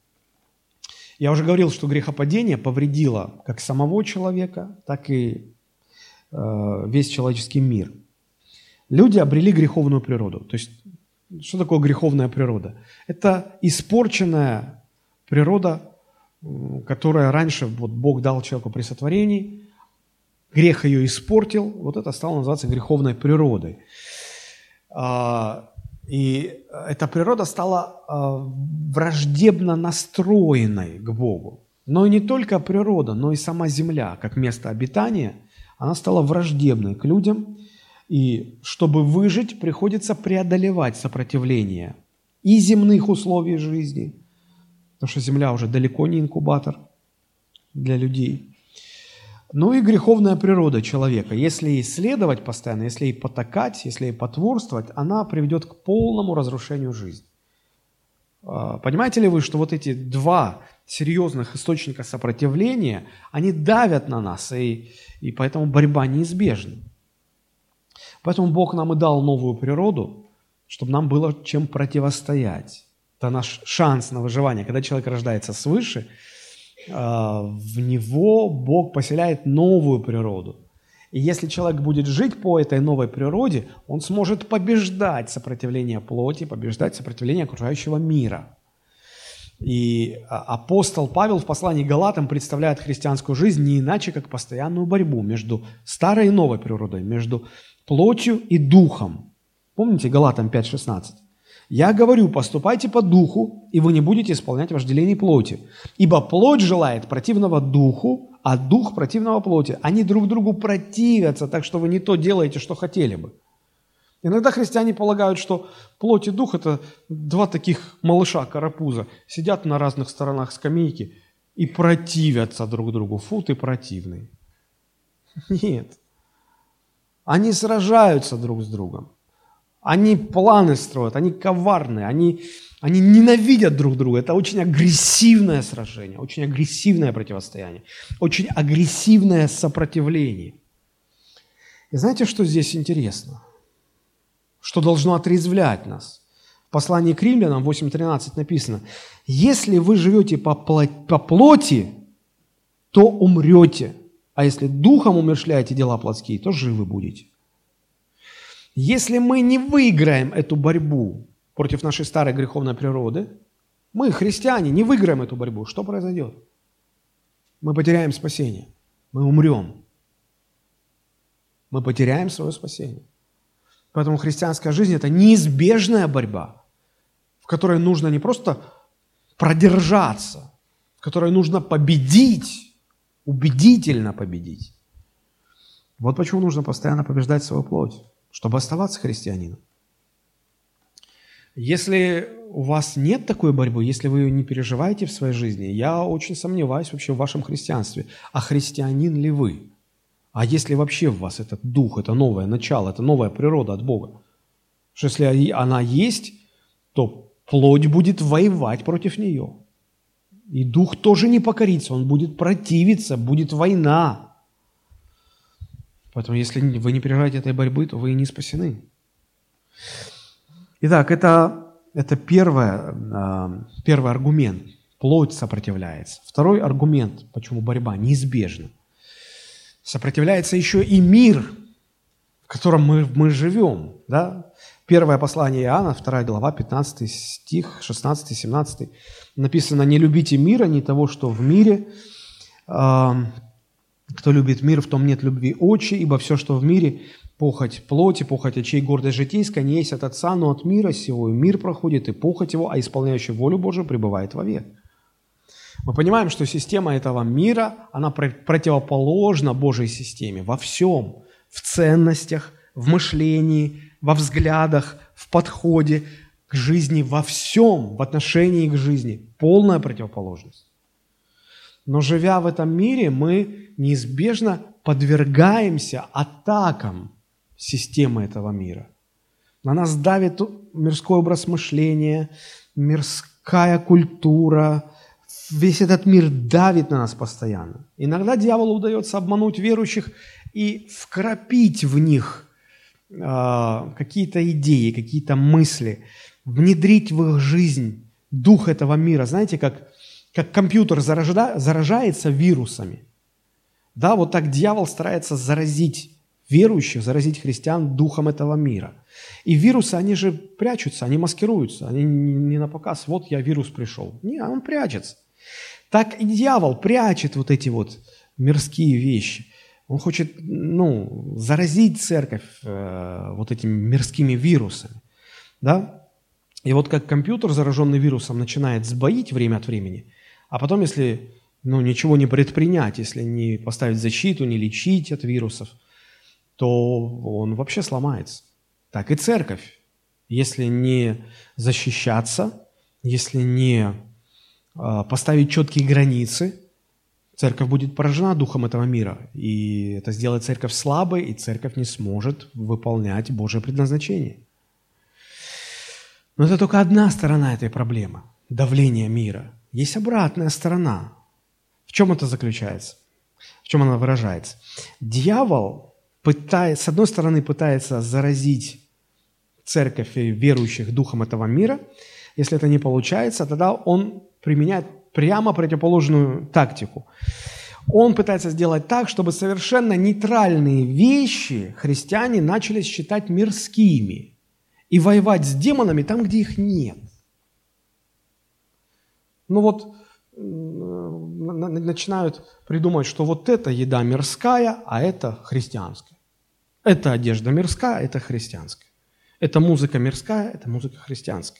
Я уже говорил, что грехопадение повредило как самого человека, так и э, весь человеческий мир. Люди обрели греховную природу. То есть, что такое греховная природа? Это испорченная природа, которая раньше вот, Бог дал человеку при сотворении, грех ее испортил, вот это стало называться греховной природой. И эта природа стала э, враждебно настроенной к Богу. Но и не только природа, но и сама земля, как место обитания, она стала враждебной к людям. И чтобы выжить, приходится преодолевать сопротивление и земных условий жизни, потому что земля уже далеко не инкубатор для людей. Ну и греховная природа человека. Если ей следовать постоянно, если ей потакать, если ей потворствовать, она приведет к полному разрушению жизни. Понимаете ли вы, что вот эти два серьезных источника сопротивления, они давят на нас, и, и поэтому борьба неизбежна. Поэтому Бог нам и дал новую природу, чтобы нам было чем противостоять. Это наш шанс на выживание. Когда человек рождается свыше, в него Бог поселяет новую природу. И если человек будет жить по этой новой природе, он сможет побеждать сопротивление плоти, побеждать сопротивление окружающего мира. И апостол Павел в послании к Галатам представляет христианскую жизнь не иначе, как постоянную борьбу между старой и новой природой, между плотью и духом. Помните Галатам пять шестнадцать? «Я говорю, поступайте по духу, и вы не будете исполнять вожделений плоти. Ибо плоть желает противного духу, а дух противного плоти. Они друг другу противятся, так что вы не то делаете, что хотели бы». Иногда христиане полагают, что плоть и дух – это два таких малыша-карапуза, сидят на разных сторонах скамейки и противятся друг другу. Фу, ты противный. Нет. Они сражаются друг с другом. Они планы строят, они коварные, они, они ненавидят друг друга. Это очень агрессивное сражение, очень агрессивное противостояние, очень агрессивное сопротивление. И знаете, что здесь интересно? что должно отрезвлять нас. В послании к Римлянам восемь тринадцать написано: «Если вы живете по плоти, то умрете, а если духом умерщвляете дела плотские, то живы будете». Если мы не выиграем эту борьбу против нашей старой греховной природы, мы, христиане, не выиграем эту борьбу, что произойдет? Мы потеряем спасение, мы умрем. Мы потеряем свое спасение. Поэтому христианская жизнь – это неизбежная борьба, в которой нужно не просто продержаться, в которой нужно победить, убедительно победить. Вот почему нужно постоянно побеждать свою плоть, чтобы оставаться христианином. Если у вас нет такой борьбы, если вы ее не переживаете в своей жизни, я очень сомневаюсь вообще в вашем христианстве. А христианин ли вы? А если вообще в вас этот дух, это новое начало, это новая природа от Бога? Что если она есть, то плоть будет воевать против нее. И дух тоже не покорится, он будет противиться, будет война. Поэтому если вы не переживаете этой борьбы, то вы и не спасены. Итак, это, это первое, первый аргумент. Плоть сопротивляется. Второй аргумент, почему борьба неизбежна. Сопротивляется еще и мир, в котором мы, мы живем. Да? Первое послание Иоанна, вторая глава, пятнадцатый стих, шестнадцатый, семнадцатый. Написано: «Не любите мира, ни того, что в мире. Кто любит мир, в том нет любви Отчи, ибо все, что в мире, похоть плоти, похоть очей, гордость житейская, не есть от Отца, но от мира сего. И мир проходит, и похоть его, а исполняющий волю Божию пребывает вовек». Мы понимаем, что система этого мира, она противоположна Божьей системе во всем, в ценностях, в мышлении, во взглядах, в подходе к жизни, во всем, в отношении к жизни. Полная противоположность. Но живя в этом мире, мы неизбежно подвергаемся атакам системы этого мира. На нас давит мирской образ мышления, мирская культура. Весь этот мир давит на нас постоянно. Иногда дьяволу удается обмануть верующих и вкрапить в них э, какие-то идеи, какие-то мысли, внедрить в их жизнь дух этого мира. Знаете, как, как компьютер заражда, заражается вирусами. Да, вот так дьявол старается заразить верующих, заразить христиан духом этого мира. И вирусы, они же прячутся, они маскируются, они не на показ. Вот я, вирус пришел. Не, он прячется. Так и дьявол прячет вот эти вот мирские вещи. Он хочет, ну, заразить церковь э, вот этими мирскими вирусами. Да? И вот как компьютер, зараженный вирусом, начинает сбоить время от времени, а потом, если ну, ничего не предпринять, если не поставить защиту, не лечить от вирусов, то он вообще сломается. Так и церковь. Если не защищаться, если не поставить четкие границы, церковь будет поражена духом этого мира. И это сделает церковь слабой, и церковь не сможет выполнять Божье предназначение. Но это только одна сторона этой проблемы – давление мира. Есть обратная сторона. В чем это заключается? В чем она выражается? Дьявол, пытается, с одной стороны, пытается заразить церковь и верующих духом этого мира. Если это не получается, тогда он применяет прямо противоположную тактику. Он пытается сделать так, чтобы совершенно нейтральные вещи христиане начали считать мирскими и воевать с демонами там, где их нет. Ну вот начинают придумывать, что вот эта еда мирская, а это христианская. Это одежда мирская, это христианская. Это музыка мирская, это музыка христианская.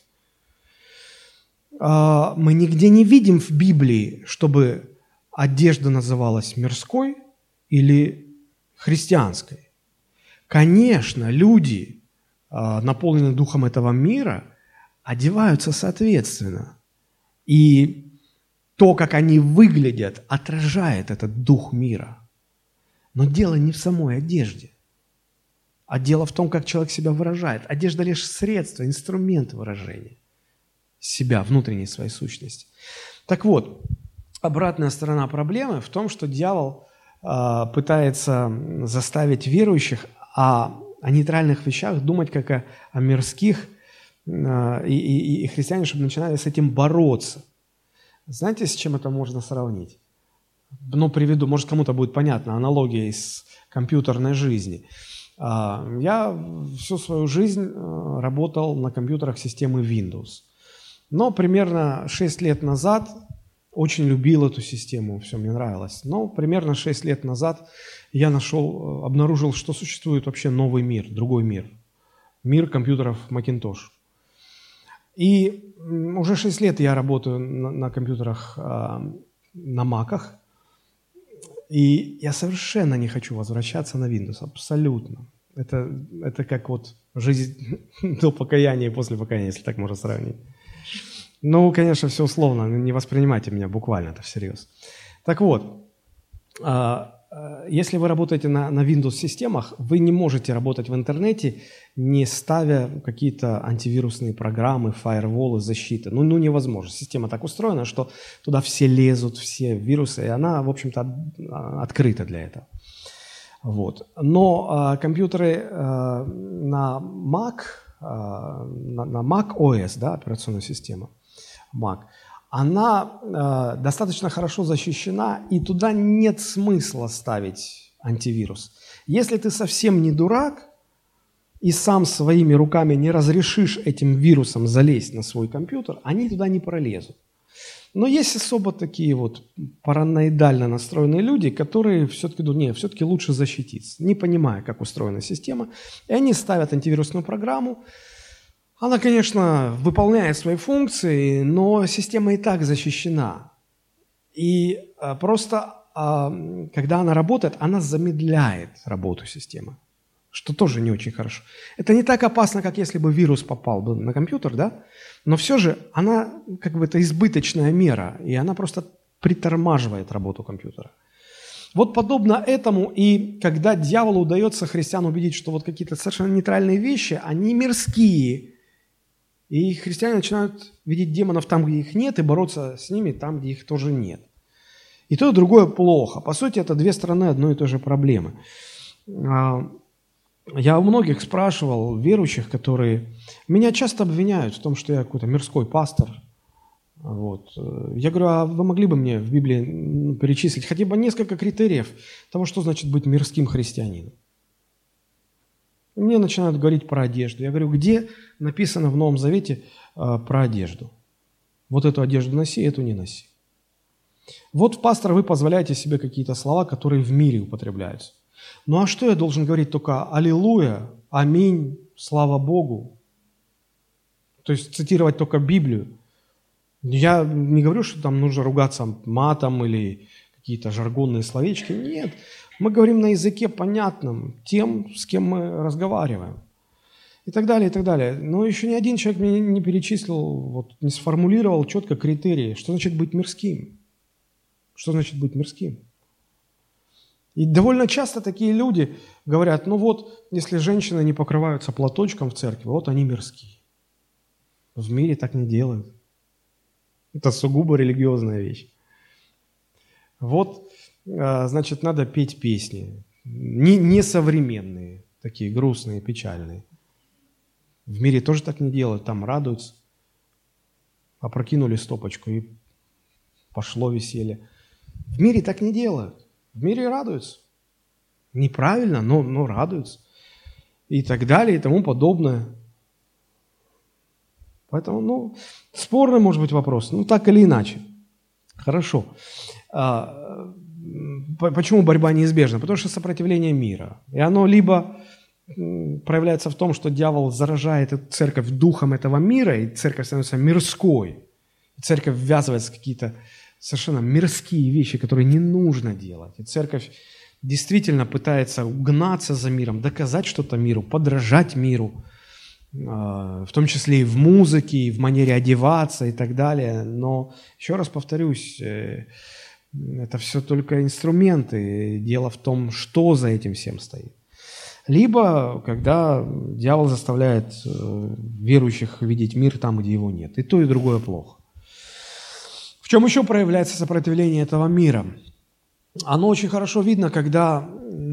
Мы нигде не видим в Библии, чтобы одежда называлась мирской или христианской. Конечно, люди, наполненные духом этого мира, одеваются соответственно. И то, как они выглядят, отражает этот дух мира. Но дело не в самой одежде, а дело в том, как человек себя выражает. Одежда лишь средство, инструмент выражения себя, внутренней своей сущности. Так вот, обратная сторона проблемы в том, что дьявол э, пытается заставить верующих, а о нейтральных вещах, думать как о, о мирских, э, и, и, и христиане, чтобы начинали с этим бороться. Знаете, с чем это можно сравнить? Ну, приведу, может, кому-то будет понятна аналогия из компьютерной жизни. Я всю свою жизнь работал на компьютерах системы Windows. Но примерно шесть лет назад, очень любил эту систему, все мне нравилось, но примерно шесть лет назад я нашел, обнаружил, что существует вообще новый мир, другой мир. Мир компьютеров Macintosh. И уже шесть лет я работаю на, на компьютерах, на Mac'ах. И я совершенно не хочу возвращаться на Windows, абсолютно. Это, это как вот жизнь до покаяния и после покаяния, если так можно сравнить. Ну, конечно, все условно, не воспринимайте меня буквально, это всерьез. Так вот, если вы работаете на, на Windows-системах, вы не можете работать в интернете, не ставя какие-то антивирусные программы, фаерволы, защиты. Ну, ну, невозможно. Система так устроена, что туда все лезут, все вирусы, и она, в общем-то, от, открыта для этого. Вот. Но а, компьютеры а, на Mac, а, на, на macOS, да, операционная система Mac, она э, достаточно хорошо защищена, и туда нет смысла ставить антивирус. Если ты совсем не дурак и сам своими руками не разрешишь этим вирусам залезть на свой компьютер, они туда не пролезут. Но есть особо такие вот параноидально настроенные люди, которые все-таки думают, нет, все-таки лучше защититься, не понимая, как устроена система, и они ставят антивирусную программу. Она, конечно, выполняет свои функции, но система и так защищена. И а, просто, а, когда она работает, она замедляет работу системы, что тоже не очень хорошо. Это не так опасно, как если бы вирус попал бы на компьютер, да? Но все же она, как бы, это избыточная мера, и она просто притормаживает работу компьютера. Вот подобно этому, и когда дьяволу удается христиан убедить, что вот какие-то совершенно нейтральные вещи, они мирские, и христиане начинают видеть демонов там, где их нет, и бороться с ними там, где их тоже нет. И то, и другое плохо. По сути, это две стороны одной и той же проблемы. Я у многих спрашивал, верующих, которые... Меня часто обвиняют в том, что я какой-то мирской пастор. Вот. Я говорю, а вы могли бы мне в Библии перечислить хотя бы несколько критериев того, что значит быть мирским христианином? Мне начинают говорить про одежду. Я говорю, где написано в Новом Завете э, про одежду? Вот эту одежду носи, эту не носи. Вот, пастор, вы позволяете себе какие-то слова, которые в мире употребляются. Ну а что я должен говорить только «Аллилуйя», «Аминь», «Слава Богу»? То есть цитировать только Библию. Я не говорю, что там нужно ругаться матом или какие-то жаргонные словечки. Нет. Мы говорим на языке понятном тем, с кем мы разговариваем. И так далее, и так далее. Но еще ни один человек мне не перечислил, вот, не сформулировал четко критерии, что значит быть мирским. Что значит быть мирским? И довольно часто такие люди говорят, ну вот, если женщины не покрываются платочком в церкви, вот они мирские. В мире так не делают. Это сугубо религиозная вещь. Вот, значит, надо петь песни, не, не современные, такие грустные, печальные. В мире тоже так не делают, там радуются. Опрокинули стопочку и пошло веселье. В мире так не делают, в мире радуются. Неправильно, но, но радуются. И так далее, и тому подобное. Поэтому, ну, спорный может быть вопрос, ну, так или иначе. Хорошо. Почему борьба неизбежна? Потому что сопротивление мира. И оно либо проявляется в том, что дьявол заражает эту церковь духом этого мира, и церковь становится мирской. И церковь ввязывается в какие-то совершенно мирские вещи, которые не нужно делать. И церковь действительно пытается угнаться за миром, доказать что-то миру, подражать миру, в том числе и в музыке, и в манере одеваться и так далее. Но, еще раз повторюсь, это все только инструменты. Дело в том, что за этим всем стоит. Либо, когда дьявол заставляет верующих видеть мир там, где его нет. И то, и другое плохо. В чем еще проявляется сопротивление этого мира? Оно очень хорошо видно, когда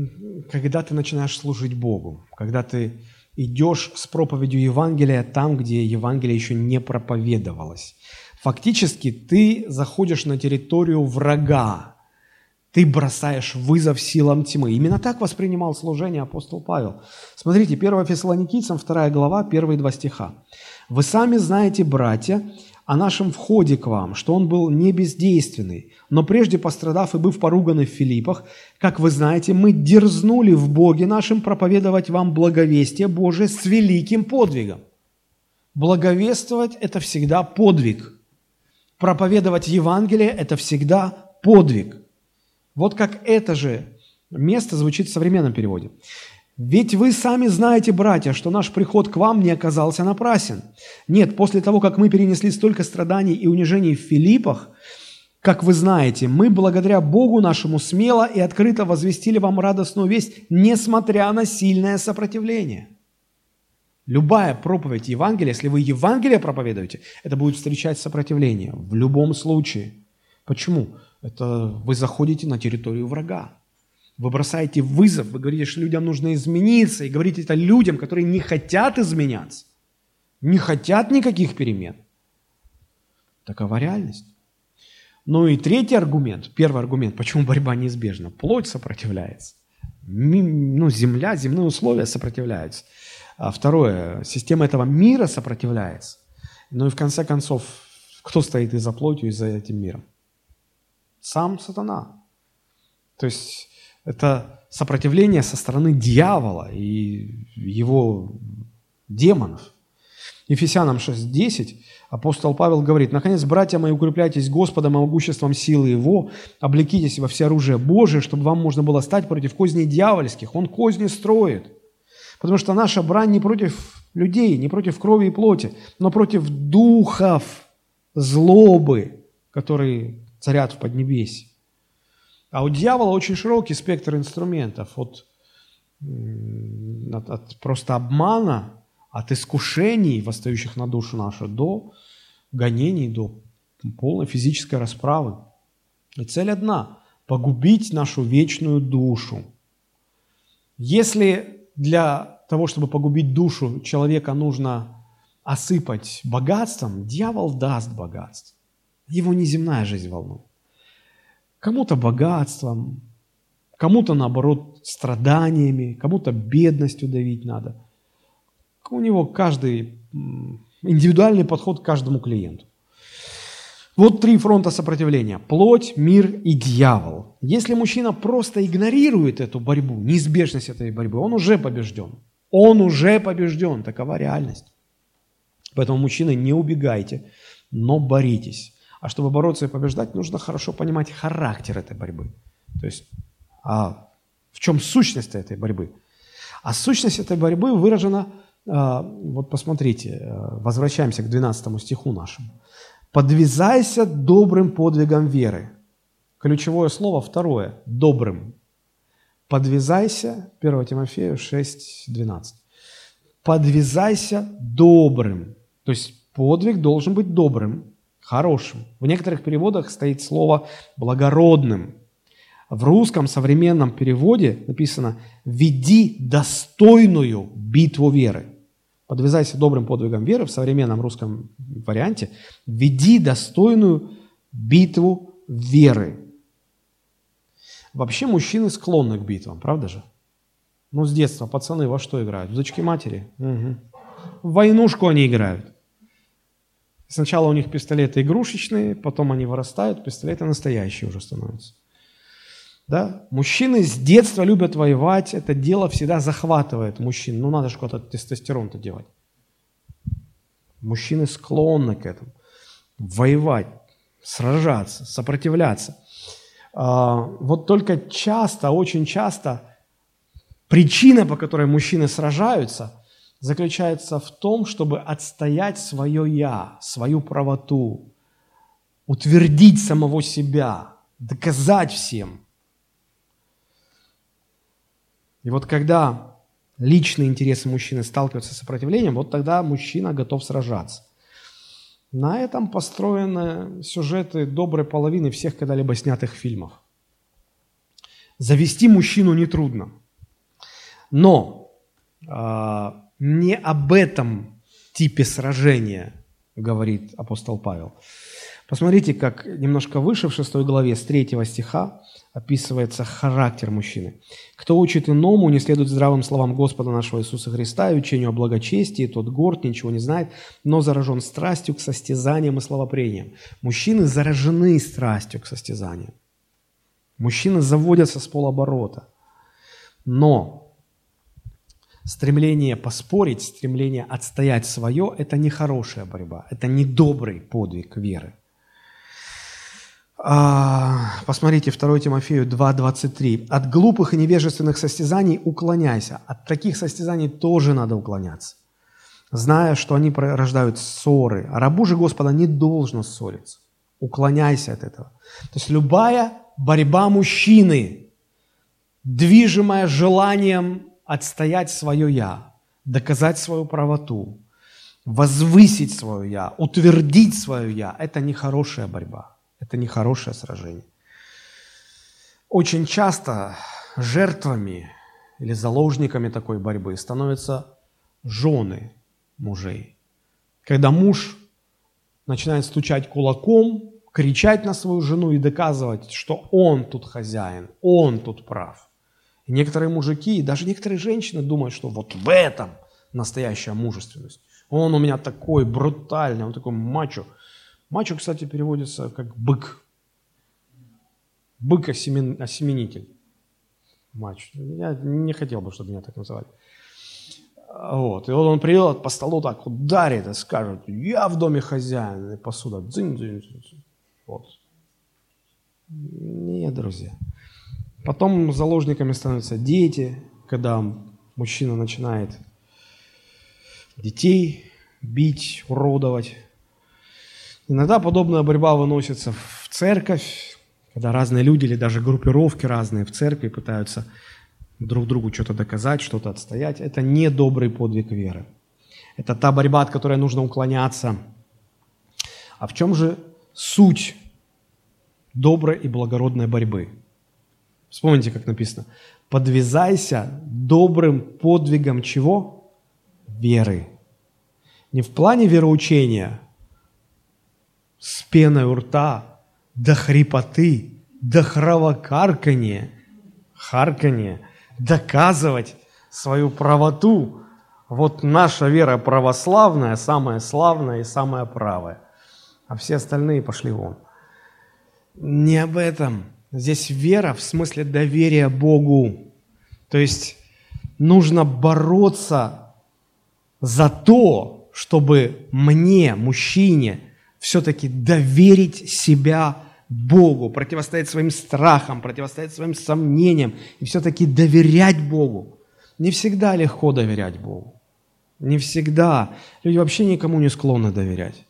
когда ты начинаешь служить Богу, когда ты идешь с проповедью Евангелия там, где Евангелие еще не проповедовалось. Фактически ты заходишь на территорию врага, ты бросаешь вызов силам тьмы. Именно так воспринимал служение апостол Павел. Смотрите, первое Фессалоникийцам, вторая глава, первые два стиха. «Вы сами знаете, братья, о нашем входе к вам, что он был не бездейственный, но прежде пострадав и быв поруганы в Филиппах, как вы знаете, мы дерзнули в Боге нашим проповедовать вам благовестие Божие с великим подвигом». Благовествовать – это всегда подвиг. Проповедовать Евангелие – это всегда подвиг. Вот как это же место звучит в современном переводе. «Ведь вы сами знаете, братья, что наш приход к вам не оказался напрасен. Нет, после того, как мы перенесли столько страданий и унижений в Филиппах, как вы знаете, мы благодаря Богу нашему смело и открыто возвестили вам радостную весть, несмотря на сильное сопротивление». Любая проповедь Евангелия, если вы Евангелие проповедуете, это будет встречать сопротивление в любом случае. Почему? Это вы заходите на территорию врага. Вы бросаете вызов, вы говорите, что людям нужно измениться, и говорите это людям, которые не хотят изменяться, не хотят никаких перемен. Такова реальность. Ну и третий аргумент, первый аргумент, почему борьба неизбежна. Плоть сопротивляется. Ну, земля, земные условия сопротивляются. А второе, система этого мира сопротивляется. Ну и в конце концов, кто стоит и за плотью, и за этим миром? Сам сатана. То есть это сопротивление со стороны дьявола и его демонов. Ефесянам шесть десять апостол Павел говорит: «Наконец, братья мои, укрепляйтесь Господом и могуществом силы Его, облекитесь во всеоружие Божие, чтобы вам можно было стать против козней дьявольских». Он козни строит. Потому что наша брань не против людей, не против крови и плоти, но против духов злобы, которые царят в Поднебесье. А у дьявола очень широкий спектр инструментов, от, от, от просто обмана, от искушений, восстающих на душу нашу, до гонений, до полной физической расправы. И цель одна – погубить нашу вечную душу. Если для того, чтобы погубить душу человека, нужно осыпать богатством, дьявол даст богатство. Его неземная жизнь волнует. Кому-то богатством, кому-то, наоборот, страданиями, кому-то бедностью давить надо. У него каждый индивидуальный подход к каждому клиенту. Вот три фронта сопротивления. Плоть, мир и дьявол. Если мужчина просто игнорирует эту борьбу, неизбежность этой борьбы, он уже побежден. Он уже побежден. Такова реальность. Поэтому, мужчины, не убегайте, но боритесь. А чтобы бороться и побеждать, нужно хорошо понимать характер этой борьбы. То есть, а в чем сущность этой борьбы? А сущность этой борьбы выражена, а, вот посмотрите, возвращаемся к двенадцатому стиху нашему. «Подвязайся добрым подвигом веры». Ключевое слово второе – добрым. Подвязайся, первое Тимофею шесть двенадцать. Подвязайся добрым. То есть подвиг должен быть добрым, хорошим. В некоторых переводах стоит слово «благородным». В русском современном переводе написано «веди достойную битву веры». Подвязайся добрым подвигом веры в современном русском варианте. Веди достойную битву веры. Вообще мужчины склонны к битвам, правда же? Ну, с детства пацаны во что играют? В дочки матери? Угу. В войнушку они играют. Сначала у них пистолеты игрушечные, потом они вырастают, пистолеты настоящие уже становятся. Да? Мужчины с детства любят воевать, это дело всегда захватывает мужчин. Ну, надо же куда-то тестостерон-то девать. Мужчины склонны к этому. Воевать, сражаться, сопротивляться. А, вот только часто, очень часто причина, по которой мужчины сражаются, заключается в том, чтобы отстоять свое «я», свою правоту, утвердить самого себя, доказать всем. И вот когда личные интересы мужчины сталкиваются с сопротивлением, вот тогда мужчина готов сражаться. На этом построены сюжеты доброй половины всех когда-либо снятых фильмов. Завести мужчину нетрудно. Но э, не об этом типе сражения говорит апостол Павел. Посмотрите, как немножко выше, в шестой главе, с третьего стиха описывается характер мужчины. «Кто учит иному, не следует здравым словам Господа нашего Иисуса Христа и учению о благочестии, тот горд, ничего не знает, но заражен страстью к состязаниям и словопрениям». Мужчины заражены страстью к состязаниям. Мужчины заводятся с полоборота. Но стремление поспорить, стремление отстоять свое – это не хорошая борьба, это не добрый подвиг веры. Посмотрите, второе Тимофею два двадцать три. «От глупых и невежественных состязаний уклоняйся». От таких состязаний тоже надо уклоняться, зная, что они рождают ссоры. А рабу же Господа не должно ссориться. Уклоняйся от этого. То есть любая борьба мужчины, движимая желанием отстоять свое «я», доказать свою правоту, возвысить свое «я», утвердить свое «я», это не хорошая борьба. Это не хорошее сражение. Очень часто жертвами или заложниками такой борьбы становятся жены мужей. Когда муж начинает стучать кулаком, кричать на свою жену и доказывать, что он тут хозяин, он тут прав. И некоторые мужики, и даже некоторые женщины думают, что вот в этом настоящая мужественность. Он у меня такой брутальный, он такой мачо. Мачо, кстати, переводится как бык. Бык-осеменитель. Мачо. Я не хотел бы, чтобы меня так называли. Вот. И вот он придет по столу, так ударит и скажет: я в доме хозяин. И посуда. Дзынь, дзынь, дзынь. Вот. Нет, друзья. Потом заложниками становятся дети, когда мужчина начинает детей бить, уродовать. Иногда подобная борьба выносится в церковь, когда разные люди или даже группировки разные в церкви пытаются друг другу что-то доказать, что-то отстоять. Это не добрый подвиг веры. Это та борьба, от которой нужно уклоняться. А в чем же суть доброй и благородной борьбы? Вспомните, как написано. «Подвязайся добрым подвигом чего? Веры». Не в плане вероучения, с пеной у рта, до хрипоты, до кровокарканья, харканья, доказывать свою правоту. Вот наша вера православная, самая славная и самая правая. А все остальные пошли вон. Не об этом. Здесь вера в смысле доверия Богу. То есть нужно бороться за то, чтобы мне, мужчине, все-таки доверить себя Богу, противостоять своим страхам, противостоять своим сомнениям и все-таки доверять Богу. Не всегда легко доверять Богу. Не всегда. Люди вообще никому не склонны доверять.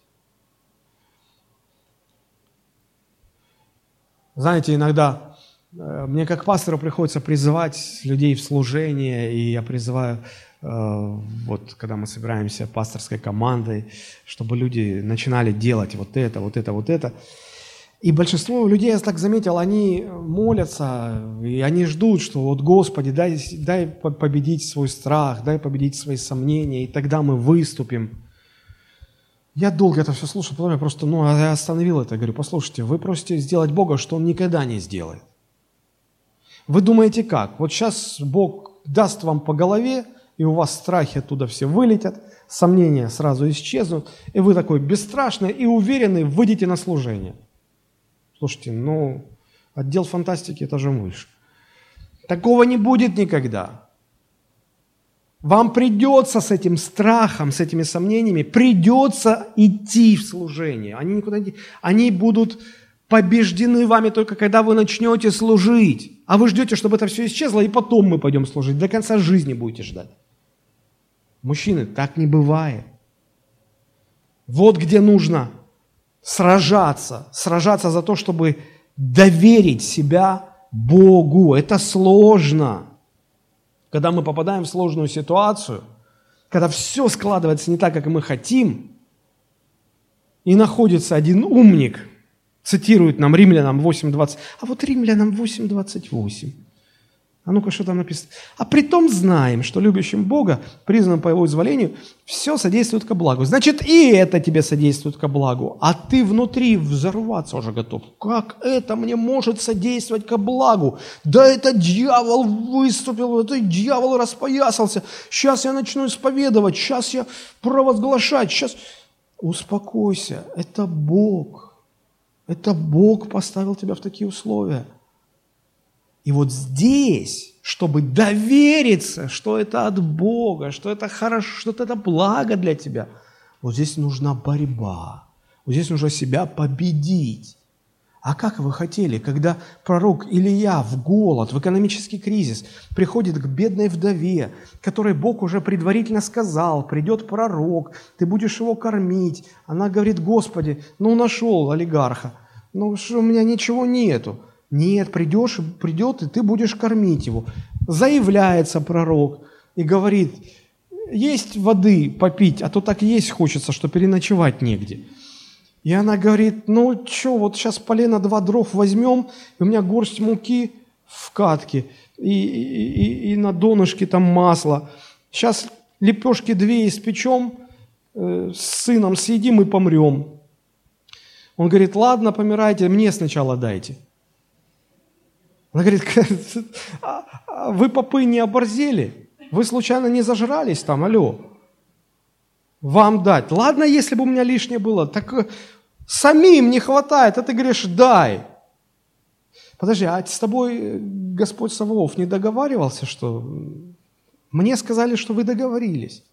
Знаете, иногда э, мне как пастору приходится призывать людей в служение, и я призываю, э, вот когда мы собираемся пасторской командой, чтобы люди начинали делать вот это, вот это, вот это. И большинство людей, я так заметил, они молятся, и они ждут, что вот Господи, дай, дай победить свой страх, дай победить свои сомнения, и тогда мы выступим. Я долго это все слушал, потом я просто ну, я остановил это, говорю: послушайте, вы просите сделать Бога, что Он никогда не сделает. Вы думаете как? Вот сейчас Бог даст вам по голове, и у вас страхи оттуда все вылетят, сомнения сразу исчезнут, и вы такой бесстрашный и уверенный выйдете на служение. Слушайте, ну, отдел фантастики этажом выше. Такого не будет никогда. Вам придется с этим страхом, с этими сомнениями, придется идти в служение. Они никуда не... Они будут побеждены вами только когда вы начнете служить. А вы ждете, чтобы это все исчезло, и потом мы пойдем служить. До конца жизни будете ждать. Мужчины, так не бывает. Вот где нужно сражаться. Сражаться за то, чтобы доверить себя Богу. Это сложно. Когда мы попадаем в сложную ситуацию, когда все складывается не так, как мы хотим, и находится один умник, цитирует нам Римлянам восемь двадцать, а вот Римлянам восемь двадцать восемь. А ну-ка, что там написано? А притом знаем, что любящим Бога, признанным по Его изволению, все содействует ко благу. Значит, и это тебе содействует ко благу. А ты внутри взорваться уже готов. Как это мне может содействовать ко благу? Да это дьявол выступил, это дьявол распоясался. Сейчас я начну исповедовать, сейчас я провозглашать, сейчас... Успокойся, это Бог. Это Бог поставил тебя в такие условия. И вот здесь, чтобы довериться, что это от Бога, что это хорошо, что это благо для тебя, вот здесь нужна борьба. Вот здесь нужно себя победить. А как вы хотели, когда пророк Илия в голод, в экономический кризис приходит к бедной вдове, которой Бог уже предварительно сказал, придет пророк, ты будешь его кормить. Она говорит: Господи, ну нашел олигарха, ну что, у меня ничего нету. Нет, придешь, придет, и ты будешь кормить его. Заявляется пророк и говорит: есть воды попить, а то так есть хочется, что переночевать негде. И она говорит: ну что, вот сейчас полено два дров возьмем, и у меня горсть муки в катке, и, и, и, и на донышке там масло. Сейчас лепешки две испечем, э, с сыном съедим и помрем. Он говорит: ладно, помирайте, мне сначала дайте. Она говорит: а вы, попы, не оборзели? Вы случайно не зажрались там? Алло. Вам дать. Ладно, если бы у меня лишнее было, так самим не хватает, а ты говоришь: дай. Подожди, а с тобой Господь Саваоф не договаривался, что... Мне сказали, что вы договорились.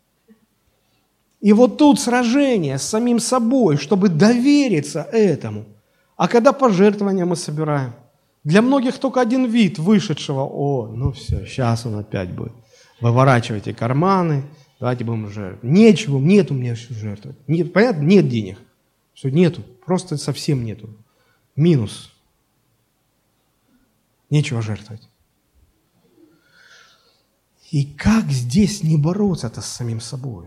И вот тут сражение с самим собой, чтобы довериться этому. А когда пожертвования мы собираем? Для многих только один вид вышедшего: о, ну все, сейчас он опять будет. Выворачивайте карманы, давайте будем жертвовать. Нечего, нет у меня все жертвовать. Нет, понятно? Нет денег. Все, нету, просто совсем нету. Минус. Нечего жертвовать. И как здесь не бороться-то с самим собой?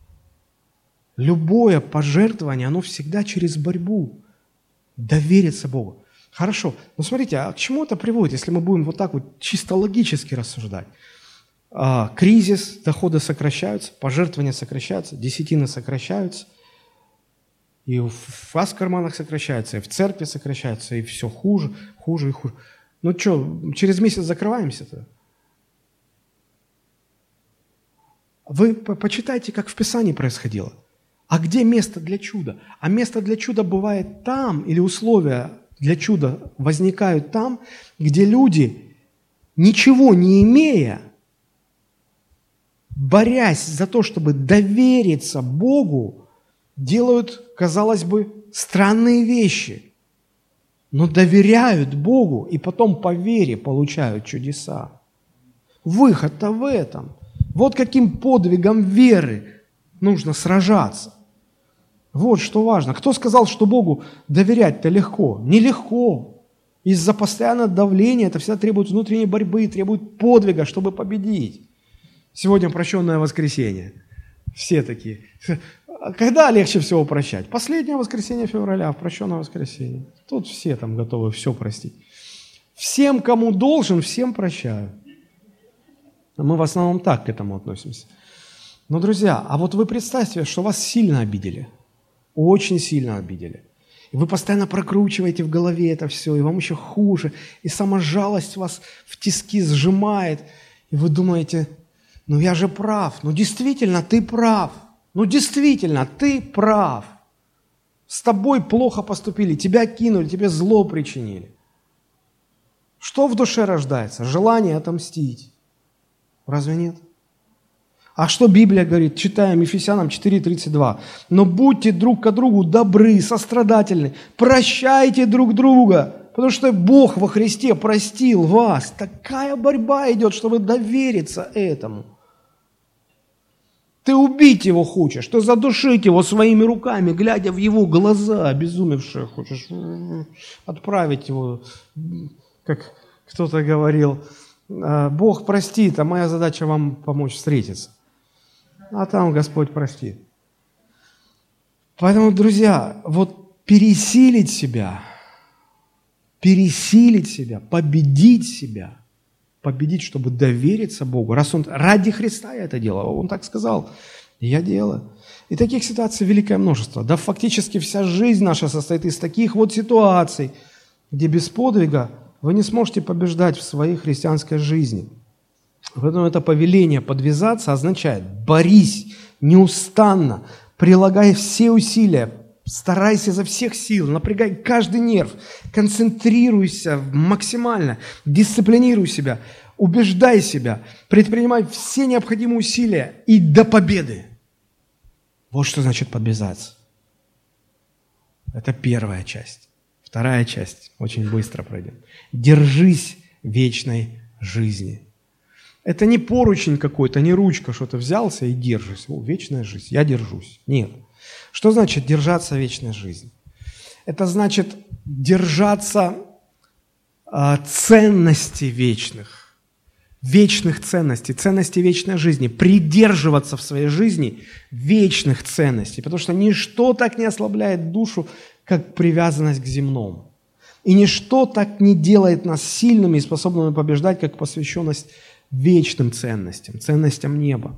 Любое пожертвование, оно всегда через борьбу. Довериться Богу. Хорошо, но смотрите, а к чему это приводит, если мы будем вот так вот чисто логически рассуждать? А, кризис, доходы сокращаются, пожертвования сокращаются, десятины сокращаются, и в вас в карманах сокращаются, и в церкви сокращаются, и все хуже, хуже и хуже. Ну что, через месяц закрываемся-то? Вы почитайте, как в Писании происходило. А где место для чуда? А место для чуда бывает там, или условия для чуда возникают там, где люди, ничего не имея, борясь за то, чтобы довериться Богу, делают, казалось бы, странные вещи, но доверяют Богу и потом по вере получают чудеса. Выход-то в этом. Вот каким подвигом веры нужно сражаться. Вот что важно. Кто сказал, что Богу доверять-то легко? Нелегко. Из-за постоянного давления это всегда требует внутренней борьбы, требует подвига, чтобы победить. Сегодня прощенное воскресенье. Все такие. Когда легче всего прощать? Последнее воскресенье февраля, в прощенное воскресенье. Тут все там готовы все простить. Всем, кому должен, всем прощаю. Мы в основном так к этому относимся. Но, друзья, а вот вы представьте, что вас сильно обидели. Очень сильно обидели. И вы постоянно прокручиваете в голове это все, и вам еще хуже, и сама жалость вас в тиски сжимает, и вы думаете: ну я же прав, ну действительно ты прав, ну действительно ты прав. С тобой плохо поступили, тебя кинули, тебе зло причинили. Что в душе рождается? Желание отомстить. Разве нет? А что Библия говорит? Читаем Ефесянам четыре тридцать два. «Но будьте друг к другу добры, сострадательны, прощайте друг друга, потому что Бог во Христе простил вас». Такая борьба идет, чтобы довериться этому. Ты убить его хочешь, ты задушить его своими руками, глядя в его глаза, обезумевшие, хочешь отправить его, как кто-то говорил: Бог простит, а моя задача вам помочь встретиться. А там Господь простит. Поэтому, друзья, вот пересилить себя, пересилить себя, победить себя, победить, чтобы довериться Богу. Раз Он ради Христа я это делал, Он так сказал, я делаю. И таких ситуаций великое множество. Да фактически вся жизнь наша состоит из таких вот ситуаций, где без подвига вы не сможете побеждать в своей христианской жизни. Поэтому это повеление подвязаться означает: борись неустанно, прилагай все усилия, старайся изо всех сил, напрягай каждый нерв, концентрируйся максимально, дисциплинируй себя, убеждай себя, предпринимай все необходимые усилия и до победы. Вот что значит подвязаться. Это первая часть. Вторая часть очень быстро пройдем. Держись вечной жизни. Это не поручень какой-то, не ручка, что ты взялся и держись. О, вечная жизнь, я держусь. Нет. Что значит держаться вечной жизни? Это значит держаться э, ценностей вечных, вечных ценностей, ценностей вечной жизни, придерживаться в своей жизни вечных ценностей, потому что ничто так не ослабляет душу, как привязанность к земному. И ничто так не делает нас сильными и способными побеждать, как посвященность вечным ценностям, ценностям неба.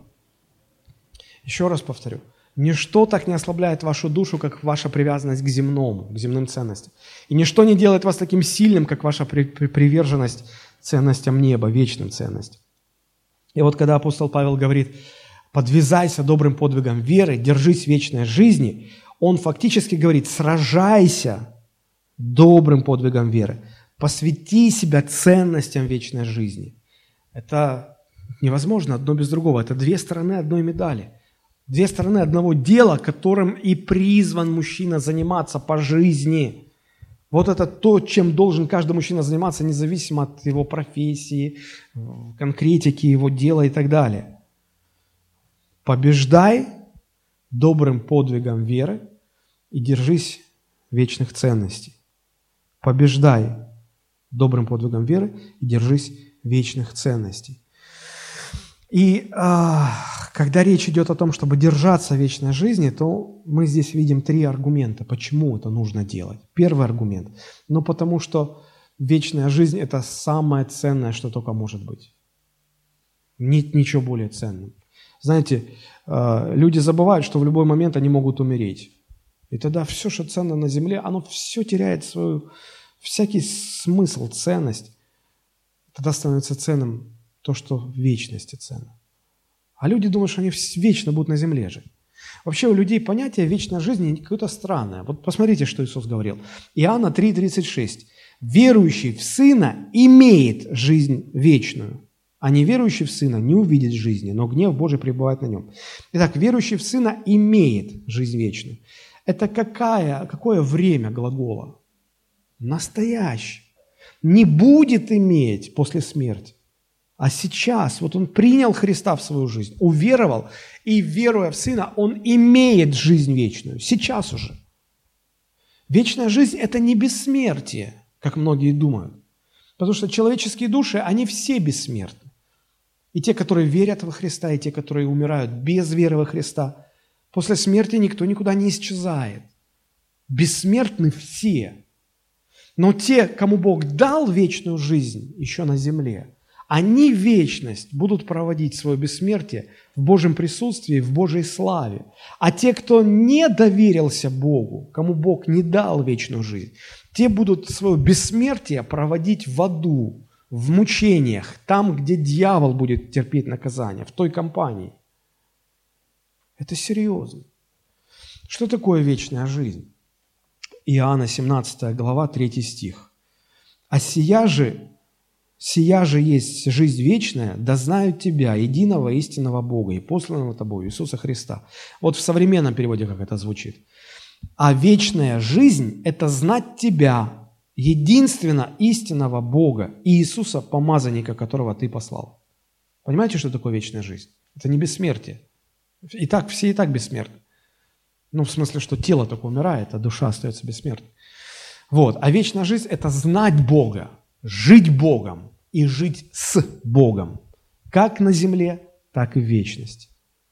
Еще раз повторю. Ничто так не ослабляет вашу душу, как ваша привязанность к земному, к земным ценностям. И ничто не делает вас таким сильным, как ваша при- при- приверженность ценностям неба, вечным ценностям. И вот когда апостол Павел говорит: подвязайся добрым подвигом веры, держись вечной жизни, он фактически говорит: сражайся добрым подвигом веры, посвяти себя ценностям вечной жизни. Это невозможно одно без другого, это две стороны одной медали. Две стороны одного дела, которым и призван мужчина заниматься по жизни. Вот это то, чем должен каждый мужчина заниматься, независимо от его профессии, конкретики его дела и так далее. Побеждай добрым подвигом веры и держись вечных ценностей. Побеждай добрым подвигом веры и держись вечных ценностей. И а, когда речь идет о том, чтобы держаться вечной жизни, то мы здесь видим три аргумента, почему это нужно делать. Первый аргумент: ну потому что вечная жизнь – это самое ценное, что только может быть. Нет ничего более ценного. Знаете, люди забывают, что в любой момент они могут умереть. И тогда все, что ценно на земле, оно все теряет свою, всякий смысл, ценность. Тогда становится ценным то, что в вечности ценно. А люди думают, что они вечно будут на земле жить. Вообще у людей понятие вечной жизни какое-то странное. Вот посмотрите, что Иисус говорил. Иоанна три тридцать шесть. «Верующий в Сына имеет жизнь вечную, а неверующий в Сына не увидит жизни, но гнев Божий пребывает на нем». Итак, верующий в Сына имеет жизнь вечную. Это какая, какое время глагола? Настоящее. Не будет иметь после смерти. А сейчас, вот он принял Христа в свою жизнь, уверовал, и, веруя в Сына, он имеет жизнь вечную. Сейчас уже. Вечная жизнь – это не бессмертие, как многие думают. Потому что человеческие души, они все бессмертны. И те, которые верят во Христа, и те, которые умирают без веры во Христа, после смерти никто никуда не исчезает. Бессмертны все. Но те, кому Бог дал вечную жизнь еще на земле, они вечность будут проводить свое бессмертие в Божьем присутствии, в Божьей славе. А те, кто не доверился Богу, кому Бог не дал вечную жизнь, те будут свое бессмертие проводить в аду, в мучениях, там, где дьявол будет терпеть наказание, в той компании. Это серьезно. Что такое вечная жизнь? Иоанна семнадцатая глава, третий стих. «А сия же, сия же есть жизнь вечная, да знают Тебя, единого истинного Бога и посланного Тобою, Иисуса Христа». Вот в современном переводе как это звучит. «А вечная жизнь – это знать Тебя, единственно истинного Бога и Иисуса, помазанника, которого Ты послал». Понимаете, что такое вечная жизнь? Это не бессмертие. И так, все и так бессмертны. Ну, в смысле, что тело только умирает, а душа остается бессмертной. Вот. А вечная жизнь – это знать Бога, жить Богом и жить с Богом. Как на земле, так и в вечности.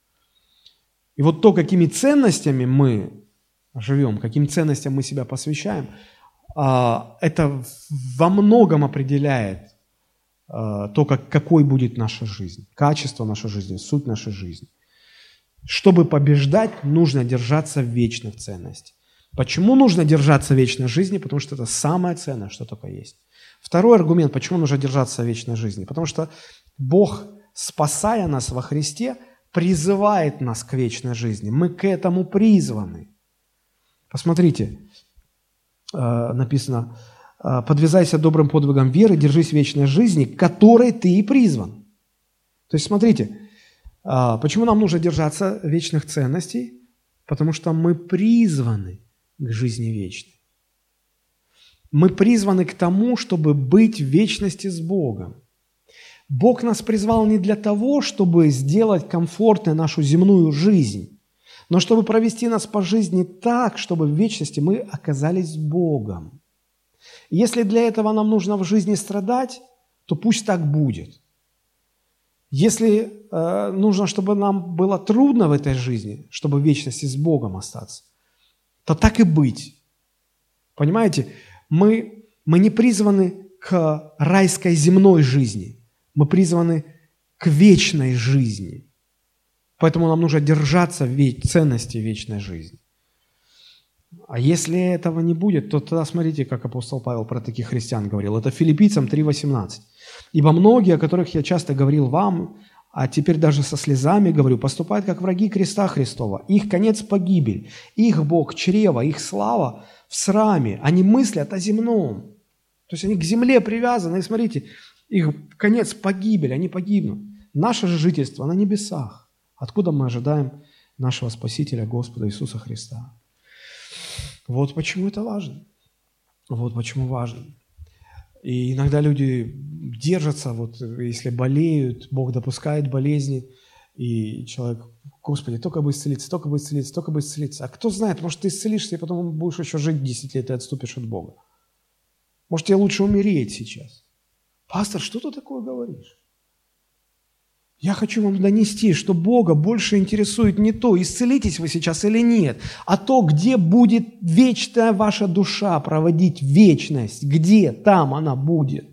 И вот то, какими ценностями мы живем, каким ценностям мы себя посвящаем, это во многом определяет то, как, какой будет наша жизнь, качество нашей жизни, суть нашей жизни. Чтобы побеждать, нужно держаться вечных ценностей. Почему нужно держаться вечной жизни? Потому что это самое ценное, что только есть. Второй аргумент, почему нужно держаться вечной жизни. Потому что Бог, спасая нас во Христе, призывает нас к вечной жизни. Мы к этому призваны. Посмотрите, написано: «Подвязайся добрым подвигом веры, держись вечной жизни, к которой ты и призван». То есть, смотрите, почему нам нужно держаться вечных ценностей? Потому что мы призваны к жизни вечной. Мы призваны к тому, чтобы быть в вечности с Богом. Бог нас призвал не для того, чтобы сделать комфортной нашу земную жизнь, но чтобы провести нас по жизни так, чтобы в вечности мы оказались с Богом. Если для этого нам нужно в жизни страдать, то пусть так будет. Если э, нужно, чтобы нам было трудно в этой жизни, чтобы в вечности с Богом остаться, то так и быть. Понимаете, мы, мы не призваны к райской земной жизни, мы призваны к вечной жизни. Поэтому нам нужно держаться ценности вечной жизни. А если этого не будет, то тогда смотрите, как апостол Павел про таких христиан говорил. Это Филиппийцам три восемнадцать. «Ибо многие, о которых я часто говорил вам, а теперь даже со слезами говорю, поступают как враги креста Христова. Их конец – погибель, их Бог – чрево, их слава в сраме. Они мыслят о земном». То есть они к земле привязаны. И смотрите, их конец – погибель, они погибнут. Наше же жительство на небесах. Откуда мы ожидаем нашего Спасителя, Господа Иисуса Христа? Вот почему это важно. Вот почему важно. И иногда люди держатся, вот если болеют, Бог допускает болезни, и человек: Господи, только бы исцелиться, только бы исцелиться, только бы исцелиться. А кто знает, может, ты исцелишься, и потом будешь еще жить десять лет и отступишь от Бога. Может, тебе лучше умереть сейчас. Пастор, что ты такое говоришь? Я хочу вам донести, что Бога больше интересует не то, исцелитесь вы сейчас или нет, а то, где будет вечная ваша душа проводить вечность, где там она будет.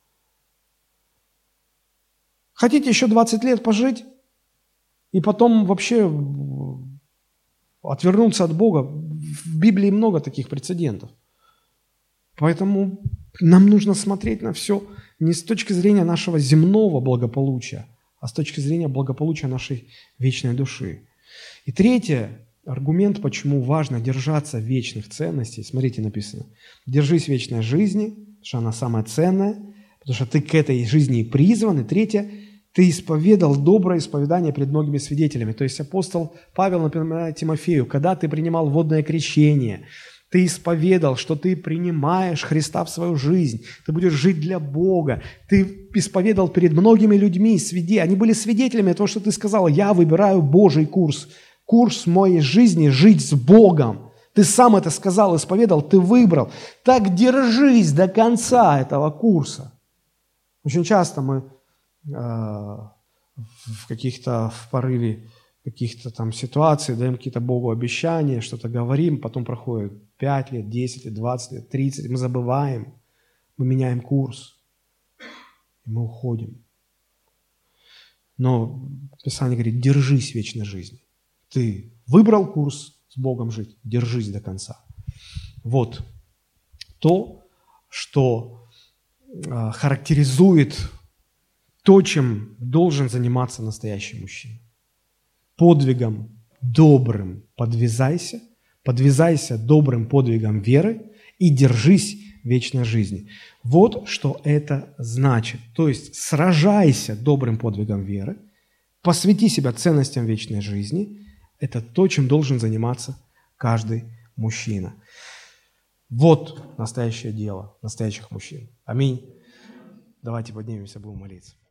Хотите еще двадцать лет пожить и потом вообще отвернуться от Бога? В Библии много таких прецедентов. Поэтому нам нужно смотреть на все не с точки зрения нашего земного благополучия, а с точки зрения благополучия нашей вечной души. И третий аргумент, почему важно держаться вечных ценностей. Смотрите, написано: «Держись вечной жизни», потому что она самая ценная, потому что ты к этой жизни и призван. И третье, ты исповедал доброе исповедание пред многими свидетелями. То есть апостол Павел напоминает Тимофею: когда ты принимал водное крещение, ты исповедал, что ты принимаешь Христа в свою жизнь, ты будешь жить для Бога, ты исповедал перед многими людьми, свиде... они были свидетелями того, что ты сказал: я выбираю Божий курс, курс моей жизни – жить с Богом. Ты сам это сказал, исповедал, ты выбрал. Так держись до конца этого курса. Очень часто мы э, в каких-то, в порыве каких-то там ситуаций даем какие-то Богу обещания, что-то говорим, потом проходит пять лет, десять лет, двадцать лет, тридцать, мы забываем, мы меняем курс, и мы уходим. Но Писание говорит: держись вечной жизни. Ты выбрал курс с Богом жить, держись до конца. Вот то, что э, характеризует то, чем должен заниматься настоящий мужчина. Подвигом добрым подвязайся, подвязайся добрым подвигом веры и держись вечной жизни. Вот что это значит. То есть сражайся добрым подвигом веры, посвяти себя ценностям вечной жизни. Это то, чем должен заниматься каждый мужчина. Вот настоящее дело настоящих мужчин. Аминь. Давайте поднимемся, будем молиться.